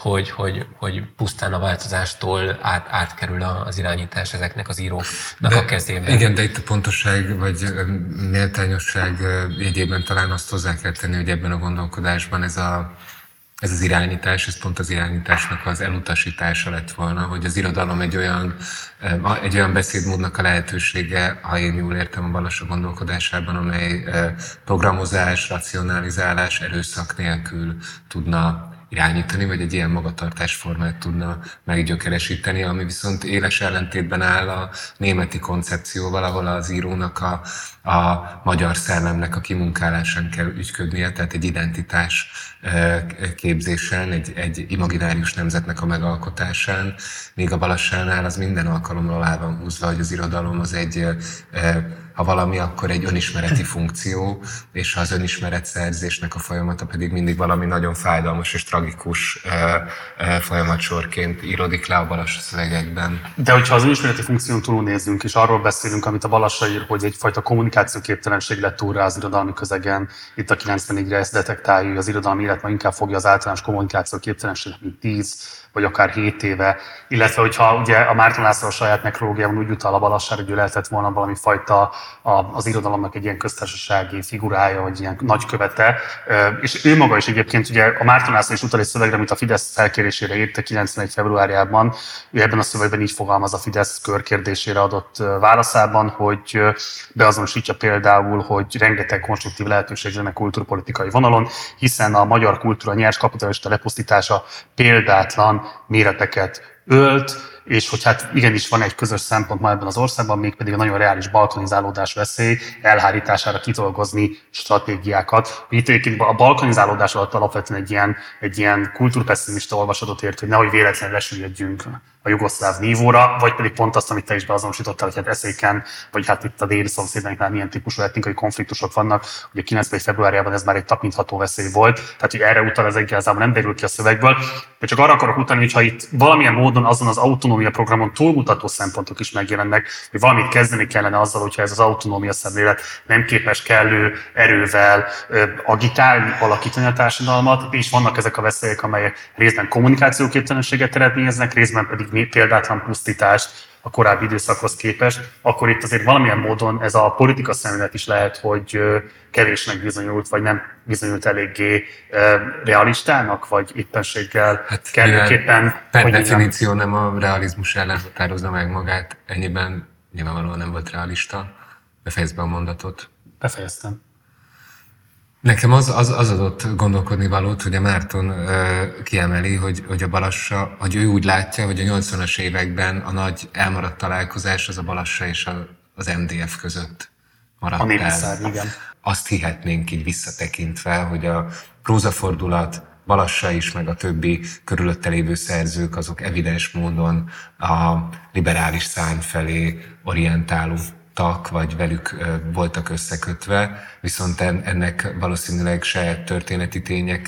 hogy pusztán a változástól átkerül az irányítás ezeknek az íróknak a kezébe. Igen, de itt a pontosság vagy méltányosság jegyében talán azt hozzá kell tenni, hogy ebben a gondolkodásban ez az irányítás, ez pont az irányításnak az elutasítása lett volna, hogy az irodalom egy olyan beszédmódnak a lehetősége, ha én jól értem a Balassa gondolkodásában, amely programozás, racionalizálás, erőszak nélkül tudna irányítani, vagy egy ilyen magatartásformát tudna meggyökeresíteni, ami viszont éles ellentétben áll a németi koncepcióval, ahol az írónak a magyar szellemnek a kimunkálásán kell ügyködnie, tehát egy identitás képzésen, egy imaginárius nemzetnek a megalkotásán, míg a Balassánál az minden alkalommal alá van húzva, hogy az irodalom az ha valami, akkor egy önismereti funkció, és az önismeretszerzésnek a folyamata pedig mindig valami nagyon fájdalmas és tragikus folyamatsorként íródik le a Balassa szövegekben. De hogyha az önismereti funkción túlnézzünk, és arról beszélünk, amit a Balassa ír, hogy egyfajta kommunikációképtelenség lett túl rá az irodalmi közegen, itt a 94-re ezt detektálja, hogy az irodalmi élet ma inkább fogja az általános kommunikációképtelenséget, mint 10 vagy akár 7 éve, illetve hogyha ugye a Márton László a saját nekrológiában úgy utal a Balassára, hogy ő lehetett volna valami fajta az irodalomnak egy ilyen köztársasági figurája, vagy ilyen nagykövete, és ő maga is egyébként ugye a Márton László is utal egy szövegre, amit a Fidesz felkérésére írta 91. februárjában, ő ebben a szövegben így fogalmaz a Fidesz körkérdésére adott válaszában, hogy beazonosítja például, hogy rengeteg konstruktív lehetőség lenne kultúrpolitikai vonalon, hiszen a magyar kultúra nyers kapitalista lepusztítása példátlan méreteket ölt, és hogy hát igenis van egy közös szempont ma ebben az országban, mégpedig a nagyon reális balkanizálódás veszély elhárítására kidolgozni stratégiákat. Itt egyébként a balkanizálódás alatt alapvetően egy ilyen kultúrpesszimista olvasatot ért, hogy nehogy véletlenül lesüllyedjünk a jugoszláv nívóra, vagy pedig pont azt, amit te is beazonosítottál, hogy hát eszéken, vagy hát itt a déli szomszédainknál milyen típusú etnikai konfliktusok vannak. Ugye 9. februárjában ez már egy tapintható veszély volt, tehát hogy erre utal ez igazából nem derül ki a szövegből. De csak arra akarok utalni, hogy ha itt valamilyen módon azon az autonómia programon túlmutató szempontok is megjelennek, hogy valamit kezdeni kellene azzal, hogyha ez az autonómia szemlélet nem képes kellő erővel agitálni, alakítani a társadalmat, és vannak ezek a veszélyek, amelyek részben kommunikációképtelenséget eredményeznek, részben pedig példátlan pusztítást a korábbi időszakhoz képest, akkor itt azért valamilyen módon ez a politika szemlélet is lehet, hogy kevésnek bizonyult, vagy nem bizonyult eléggé realistának, vagy éppenséggel kellőképpen... Per definíció nem a realizmus ellen határozza meg magát, ennyiben nyilvánvalóan nem volt realista. Befejezd be a mondatot. Befejeztem. Nekem az adott gondolkodni valót, hogy a Márton kiemeli, hogy a Balassa, hogy ő úgy látja, hogy a 80-as években a nagy elmaradt találkozás az a Balassa és az MDF között maradt el. A Népviszár, igen. Azt hihetnénk így visszatekintve, hogy a prózafordulat, Balassa is, meg a többi körülötte lévő szerzők, azok evidens módon a liberális szárny felé orientálódtak, vagy velük voltak összekötve, viszont ennek valószínűleg saját történeti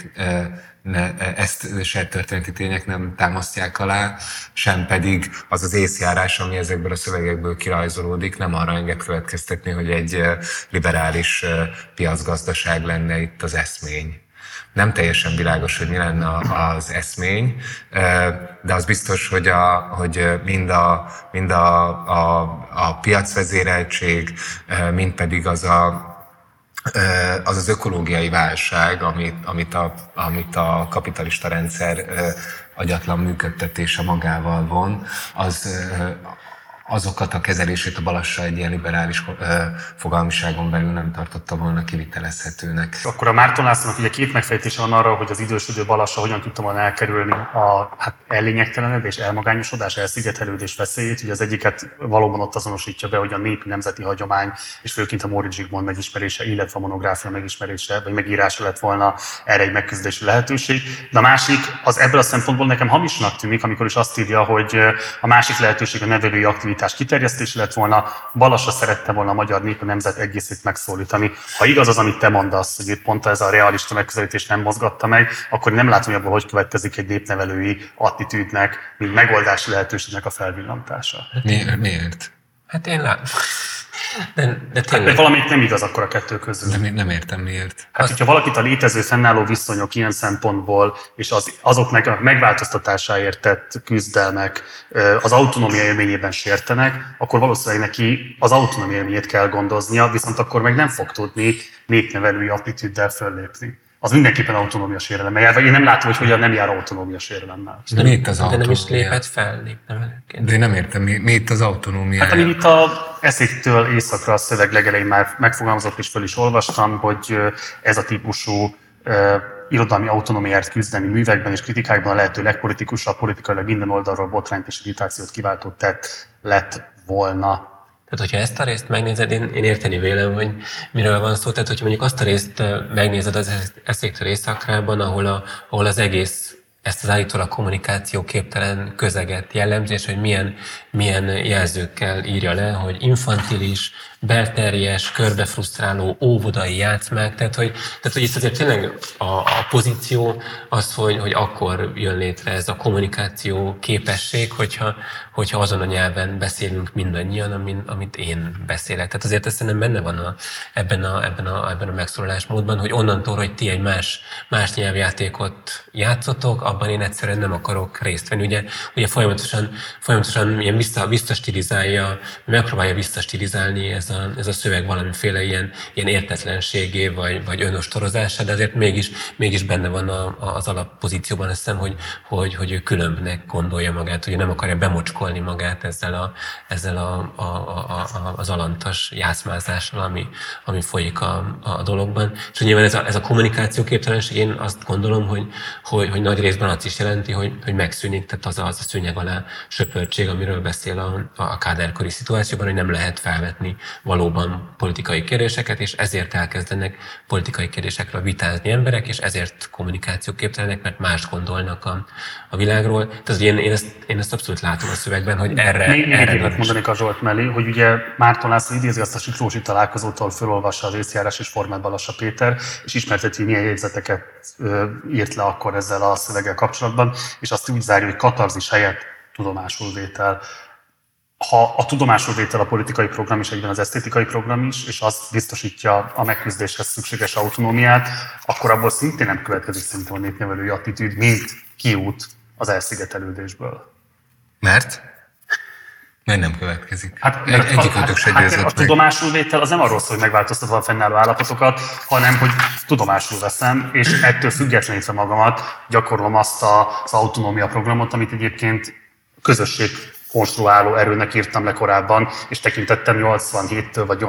tények nem támasztják alá, sem pedig az az észjárás, ami ezekből a szövegekből kirajzolódik, nem arra enged következtetni, hogy egy liberális piacgazdaság lenne itt az eszmény. Nem teljesen világos, hogy mi lenne az eszmény, de az biztos, hogy mind a piacvezéreltség, mind pedig az ökológiai válság, amit a kapitalista rendszer agyatlan működtetése magával von, azokat a kezelését a Balassa egy ilyen liberális fogalmiságon belül nem tartotta volna kivitelezhetőnek. Akkor a Márton Lászlónak ugye két megfejtése van arra, hogy az idősödő Balassa hogyan tudta volna elkerülni a ellényegtelenedés, elmagányosodás, elszigetelődés veszélyét. Ugye az egyiket valóban ott azonosítja be, hogy a népi nemzeti hagyomány, és főként a Móricz Zsigmond megismerése, illetve a monográfia megismerése, vagy megírása lett volna erre egy megküzdési lehetőség. De a másik, az ebből a szempontból nekem hamisnak tűnik, amikor is azt írja, hogy a másik lehetőség a nevelői aktivitás modernitás kiterjesztése lett volna, Balassa szerette volna a magyar nép, a nemzet egészét megszólítani. Ha igaz az, amit te mondasz, hogy itt pont ez a realista megközelítés nem mozgatta meg, akkor nem látom, hogy abból hogy következik egy népnevelői attitűdnek, mint megoldási lehetőségnek a felvillantása. Miért? Hát én látom. De tényleg. Valamit nem igaz akkor a kettő közül. Nem értem miért. Hát, hogyha valakit a létező fennálló viszonyok ilyen szempontból, és azoknak a megváltoztatásáért tett küzdelmek az autonómia élményében sértenek, akkor valószínűleg neki az autonómia élményét kell gondoznia, viszont akkor meg nem fog tudni népnevelői attitűddel föllépni. Az mindenképpen autonómia sérelemmel jár, vagy én nem látom, hogy hogyan nem jár autonómia sérelemmel. De mi itt az De nem is autonómia? lépett fel népnevelőként. De én nem értem, mi itt az autonómia? Hát amit itt a eszéktől északra a szöveg legelején már megfogalmazott, és föl is olvastam, hogy ez a típusú irodalmi autonómiáért küzdeni művekben és kritikákban a lehető legpolitikusabb, politikailag minden oldalról botrányt és irritációt kiváltó tett lett volna. Tehát, hogyha ezt a részt megnézed, én érteni vélem, hogy miről van szó. Tehát, hogyha mondjuk azt a részt megnézed az eszéktől éjszakrában, ahol az egész ezt az állítólag kommunikáció képtelen közeget jellemzi, és hogy milyen jelzőkkel írja le, hogy infantilis, belterjes, körbefrusztráló, óvodai játszmák, tehát hogy itt azért tényleg a pozíció az, hogy akkor jön létre ez a kommunikáció képesség, hogyha azon a nyelven beszélünk mindannyian, amit én beszélek. Tehát azért ez szerintem benne van ebben a megszólalásmódban, hogy onnantól, hogy ti egy más nyelvjátékot játszotok, abban én egyszerűen nem akarok részt venni. Ugye folyamatosan ilyen visszastilizálja, megpróbálja visszastilizálni ez a szöveg valamiféle ilyen értetlenségé, vagy önostorozásá, de azért mégis benne van az alappozícióban, azt hiszem, hogy ő különbnek gondolja magát, hogy nem akarja bemocskolni magát ezzel az alantas játszmázással, ami folyik a dologban. És nyilván ez a kommunikáció képtelenség, én azt gondolom, hogy nagy részben azt is jelenti, hogy megszűnik, tehát az a szőnyeg alá söpörtség, amiről beszél a káderkori szituációban, hogy nem lehet felvetni valóban politikai kérdéseket, és ezért elkezdenek politikai kérdésekről vitázni emberek, és ezért kommunikációképtelenek, mert más gondolnak a világról. Tehát én ezt abszolút látom a szövegben, hogy erre Még mondanék a Zsolt mellé, hogy ugye Márton László idézi azt a Siklósi találkozótól, felolvassa az észjárás és formát Balassa Péter, és ismerteti, milyen jegyzeteket írt le akkor ezzel a szöveggel kapcsolatban, és azt úgy zárja, hogy katarzis helyett tudomásulvétel. Ha a tudomásulvétel a politikai program is, egyben az esztétikai program is, és az biztosítja a megküzdéshez szükséges autonómiát, akkor abból szintén nem következik szerintem a népnevelői attitűd, mint kiút az elszigetelődésből. Mert nem következik. Hát, Egyikőtök se győzött a meg. tudomásulvétel az nem arról szól, hogy megváltoztatva a fennálló állapotokat, hanem hogy tudomásul veszem, és ettől függetlenítve magamat gyakorlom azt az autonómia programot, amit egyébként közösség konstruáló erőnek írtam le korábban, és tekintettem 87-től vagy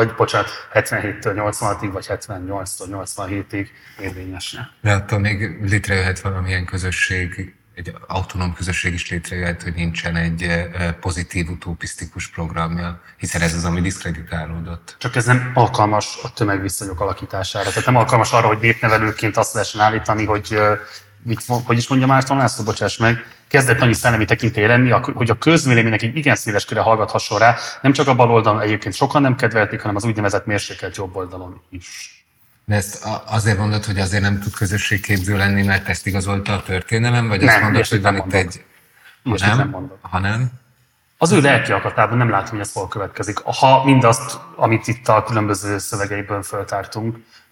77-től 86-ig, vagy 78-től 87-ig érvényesnek. De attól még létrejöhet valamilyen közösség, egy autonóm közösség is létrejöhet, hogy nincsen egy pozitív, utopisztikus programja, hiszen ez az, ami diszkreditálódott. Csak ez nem alkalmas a tömegviszonyok alakítására. Tehát nem alkalmas arra, hogy népnevelőként azt lehessen állítani, hogy hogy is mondja Márton László, bocsáss meg, kezdett annyi szellemi tekintély lenni, hogy a közvéleménynek egy igen széles köre hallgathasson rá, nem csak a bal oldalon egyébként sokan nem kedvelték, hanem az úgynevezett mérsékelt jobb oldalon is. De ezt azért mondod, hogy azért nem tud közösségképző lenni, mert ezt igazolta a történelem, vagy azt mondod, hogy van itt egy... Ha nem? Az ő lelki akatában nem látom, hogy ez hol következik. Ha mindazt, amit itt a különböző szövegeiből feltártunk,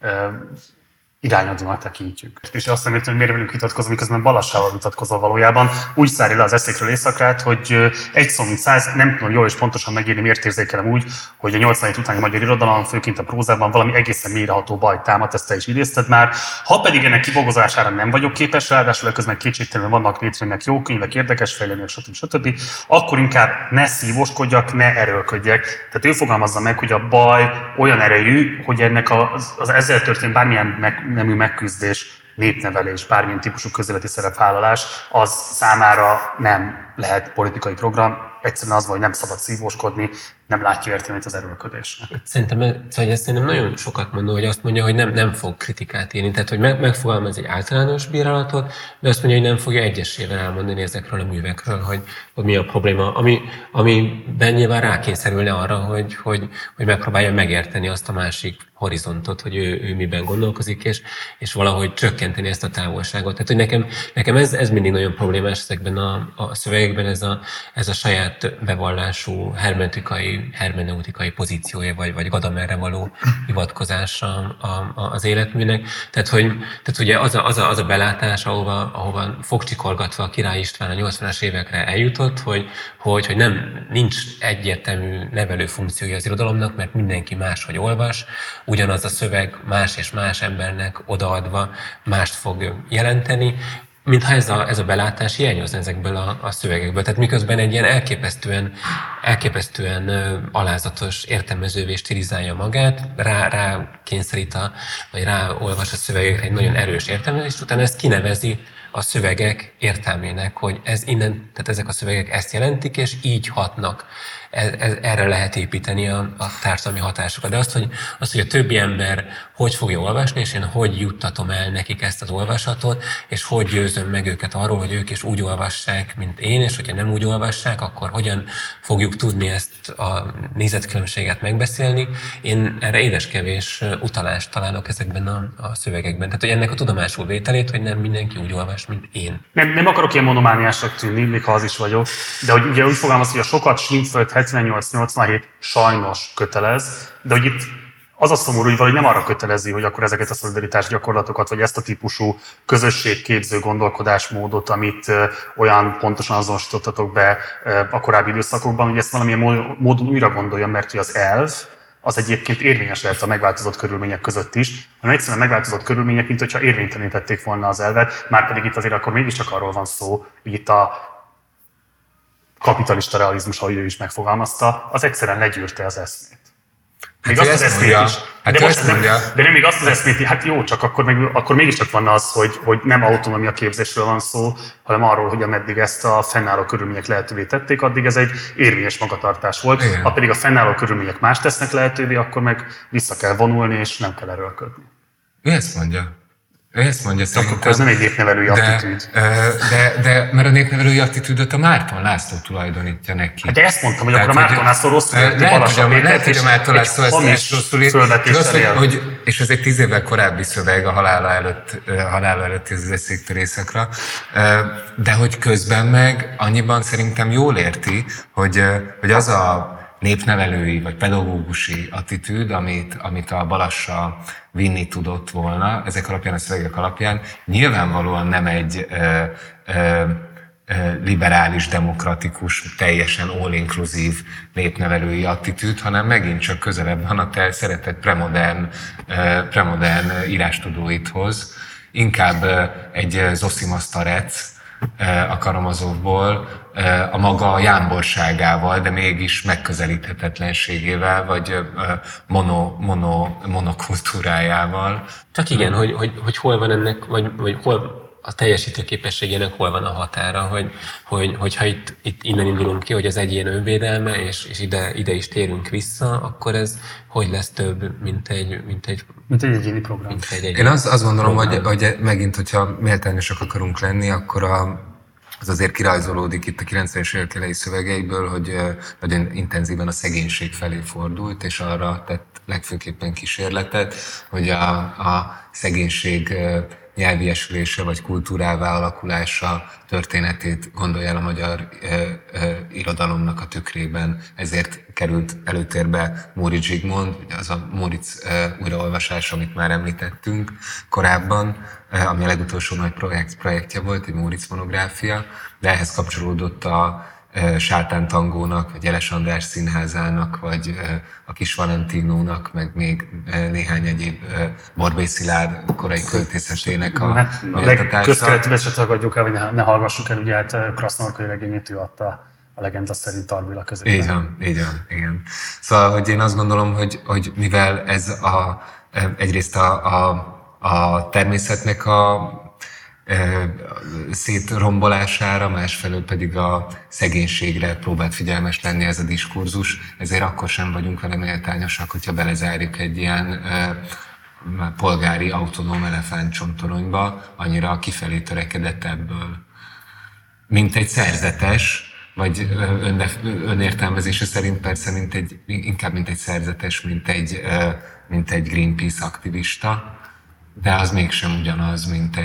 irányadónak tekintjük. És azt nem értem, hogy miért velünk vitatkozom, miközben Balassával vitatkozol valójában. Úgy szárja le az eszékről éjszakrát, hogy egy szó mint 100, nem tudom jól és pontosan megírni, miért érzékelem úgy, hogy a 87 utáni magyar irodalom, főként a prózában valami egészen mélyreható baj támad, ezt te is idézted már. Ha pedig ennek kibogozására nem vagyok képes, ráadásul közben kétségtelenül vannak létrejönnek jó könyvek, érdekes fejlemények, stb., akkor inkább ne szívóskodjak, ne erőlködjek. Tehát ő fogalmazza meg, hogy a baj olyan erejű, hogy ennek az ezzel történt bármilyen nemű megküzdés, népnevelés, bármilyen típusú közéleti szerepvállalás, az számára nem lehet politikai program. Egyszerűen az van, hogy nem szabad szívóskodni, nem látja értelmét az erőlködésnek. Szerintem nagyon sokat mondó, hogy azt mondja, hogy nem fog kritikát írni, tehát hogy megfogalmaz egy általános bírálatot, de azt mondja, hogy nem fogja egyesével elmondani ezekről a művekről, hogy mi a probléma, amiben nyilván rákényszerülne arra, hogy megpróbálja megérteni azt a másik horizontot, hogy ő miben gondolkozik, és valahogy csökkenteni ezt a távolságot. Tehát, hogy nekem ez mindig nagyon problémás ezekben a szövegekben, ez a saját bevallású hermeneutikai pozíciója, vagy Gadamerre való hivatkozása az életműnek. Tehát ugye az a belátás, ahova fogcsikorgatva a Király István a 80-as évekre eljutott, hogy nincs egyértelmű nevelő funkciója az irodalomnak, mert mindenki máshogy olvas, ugyanaz a szöveg más és más embernek odaadva mást fog jelenteni, mintha ez a belátás hiányozna ezekből a szövegekből. Tehát miközben egy ilyen elképesztően alázatos értelmezővé stilizálja magát, rá kényszerít, vagy ráolvas a szövegekre egy nagyon erős értelmezést, utána ezt kinevezi a szövegek értelmének, hogy tehát ezek a szövegek ezt jelentik, és így hatnak. Erre lehet építeni a társadalmi hatásokat. De hogy a többi ember hogy fogja olvasni, és én hogy juttatom el nekik ezt az olvasatot, és hogy győzöm meg őket arról, hogy ők is úgy olvassák, mint én, és hogyha nem úgy olvassák, akkor hogyan fogjuk tudni ezt a nézetkülönbséget megbeszélni. Én erre édeskevés utalást találok ezekben a szövegekben. Tehát, hogy ennek a tudomásul vételét, hogy nem mindenki úgy olvas, mint én. Nem akarok ilyen monomániásnak tűnni, még ha az is vagyok, de hogy ugye úgy fogalmaz, hogy a sokat Schmidt-Föld 78-87 sajnos kötelez, de hogy itt az a szomorú, hogy nem arra kötelezi, hogy akkor ezeket a szolidaritás gyakorlatokat, vagy ezt a típusú közösségképző gondolkodásmódot, amit olyan pontosan azonosítottatok be a korábbi időszakokban, hogy ezt valamilyen módon újra gondolja, mert hogy az elv, az egyébként érvényes lehet a megváltozott körülmények között is, hanem egyszerűen megváltozott körülmények, mint hogyha érvénytelenítették volna az elvet, márpedig itt azért akkor mégiscsak arról van szó, hogy itt a kapitalista realizmus, ahogy ő is megfogalmazta, az egyszerűen legyűrte az eszmét. Még azt az eszmét is. De nem még azt az eszmét, hát jó, csak akkor mégiscsak van az, hogy nem autonómia képzésről van szó, hanem arról, hogy ameddig ezt a fennálló körülmények lehetővé tették, addig ez egy érvényes magatartás volt. Igen. Ha pedig a fennálló körülmények más tesznek lehetővé, akkor meg vissza kell vonulni, és nem kell erőlködni. Ő ezt mondja szerintem. Akkor ez nem egy népnevelői attitűd. De mert a népnevelői attitűdöt a Márton László tulajdonítja neki. De ezt mondtam, hogy akkor a Márton László rosszul érti Balassa Pétert, hogy a Márton László ezt is rosszul érti. És ez egy 10 évvel korábbi szöveg a halála előtti az eszéktörészekra. De hogy közben meg annyiban szerintem jól érti, hogy az a népnevelői vagy pedagógusi attitűd, amit a Balassa vinni tudott volna, ezek alapján, a szövegek alapján, nyilvánvalóan nem egy liberális, demokratikus, teljesen all-inclusive népnevelői attitűd, hanem megint csak közelebb van a te szeretett premodern írástudóidhoz. Inkább egy Zosimas Tarec a Karamazovból, a maga jámborságával, de mégis megközelíthetetlenségével, vagy monokultúrájával. Csak igen, hogy hol van ennek, vagy hol a teljesítő képességének hol van a határa, hogyha itt innen indulunk ki, hogy az egyén önvédelme, és ide is térünk vissza, akkor ez hogy lesz több, mint egy egyéni program. Én azt gondolom, hogy megint, hogyha méltányosak akarunk lenni, akkor az azért kirajzolódik itt a 90-es évek elejé szövegeiből, hogy nagyon intenzíven a szegénység felé fordult, és arra tett legfőképpen kísérletet, hogy a szegénység nyelviesülése vagy kultúrává alakulása történetét gondolja el a magyar irodalomnak a tükrében. Ezért került előtérbe Móricz Zsigmond, az a Móricz újraolvasás, amit már említettünk korábban, ami a legutolsó nagy projektje volt, egy Móricz monográfia, de ehhez kapcsolódott a Sátán Tangónak, vagy Jeles András Színházának, vagy a Kis Valentinónak, meg még néhány egyéb Borbély Szilárd korai költészetének a méltatása. Közkeletűben se tagadjuk el, hogy ne hallgassuk el, ugye hát Krasznorkai regényét ő adta a legenda szerint Arbila közében. Így van, igen. Szóval, hogy én azt gondolom, hogy mivel ez egyrészt a természetnek szétrombolására, másfelől pedig a szegénységre próbált figyelmes lenni ez a diskurzus, ezért akkor sem vagyunk vele méltányosak, hogyha belezárjuk egy ilyen polgári autonóm elefántcsontoronyba, annyira kifelé törekedett ebből. Mint egy szerzetes, vagy önértelmezése szerint persze inkább mint egy szerzetes, mint egy Greenpeace aktivista, de az mégsem ugyanaz, mint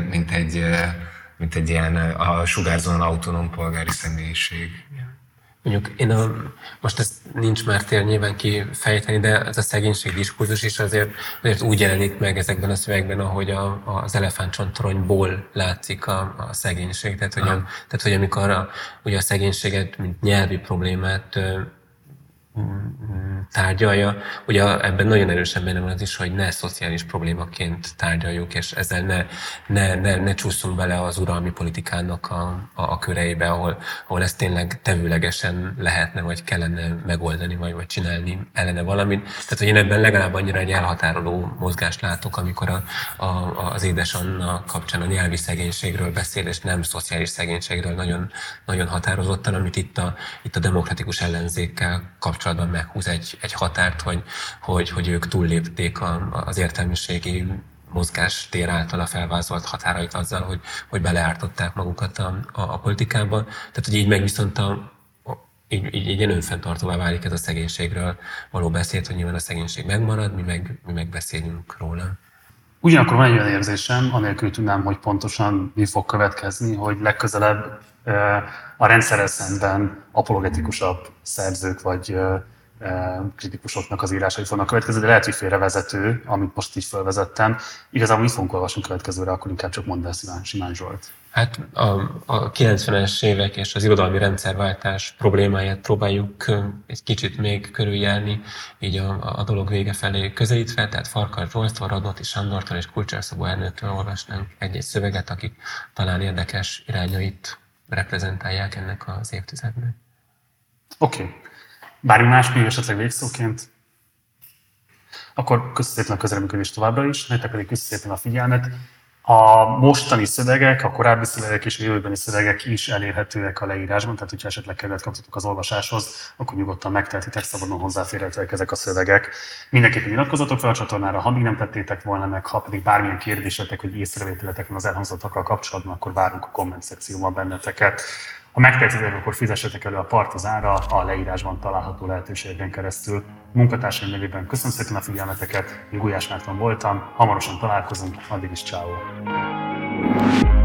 egy ilyen a sugárzóan autonóm polgári személyiség. Mondjuk most ezt nincs már tér nyilván kifejteni, de ez a szegénység diskurzus is azért úgy jelenik meg ezekben a szövegben, ahogy az elefántcsontoronyból látszik a szegénység. Tehát, hogy amikor ugye a szegénységet, mint nyelvi problémát tárgyalja, ugye ebben nagyon erősen benne van az is, hogy ne szociális problémaként tárgyaljuk, és ezzel ne csúszunk bele az uralmi politikának a köreibe, ahol ezt tényleg tevőlegesen lehetne, vagy kellene megoldani, vagy csinálni ellene valamit. Tehát, hogy én ebben legalább annyira egy elhatároló mozgást látok, amikor az édesanna kapcsán a nyelvi szegénységről beszél, és nem szociális szegénységről nagyon, nagyon határozottan, amit itt a demokratikus ellenzékkel kapcsolatban meghúz egy határt, hogy ők túllépték az értelmiségi mozgástér által a felvázolt határait azzal, hogy beleártották magukat a politikába. Tehát, hogy így meg viszont így ilyen önfenntartóvá válik ez a szegénységről való beszéd, hogy nyilván a szegénység megmarad, mi meg beszélünk róla. Ugyanakkor van egy olyan érzésem, anélkül tudnám, hogy pontosan mi fog következni, hogy legközelebb a rendszerrel szemben apologetikusabb szerzők vagy kritikusoknak az írásai fognak következni, de lehet, hogy félrevezető, amit most így felvezettem. Igazából mit fogunk olvasni következőre, akkor inkább csak mondd el, Simán Zsolt. Hát a 90-es évek és az irodalmi rendszerváltás problémáját próbáljuk egy kicsit még körüljárni, így a dolog vége felé közelítve, tehát Farkas Zsolttól, Radnóti Sándortól és Kulcsár Szabó Ernőtől olvasnánk egy szöveget, akik talán érdekes irányait reprezentálják ennek az évtizednek. Oké. Bármi más még esetleg végszóként? Akkor köszönöm szépen a közreműködést továbbra is, nektek pedig köszönöm szépen a figyelmet. A mostani szövegek, a korábbi szövegek és a jövőbeni szövegek is elérhetőek a leírásban, tehát hogyha esetleg kedvet kaptatok az olvasáshoz, akkor nyugodtan megtehetitek, szabadon hozzáférhetőek ezek a szövegek. Mindenképpen iratkozzatok fel a csatornára, ha még nem tettétek volna meg, ha pedig bármilyen kérdésetek vagy észrevételetek van az elhangzottakkal kapcsolatban, akkor várunk a komment szekcióban benneteket. Ha megtehetitek, akkor fizessetek elő a part az ára a leírásban található lehetőségeken keresztül. Munkatársaim nevében köszönöm szépen a figyelmeteket, én Gulyás Márton voltam, hamarosan találkozunk, addig is ciao.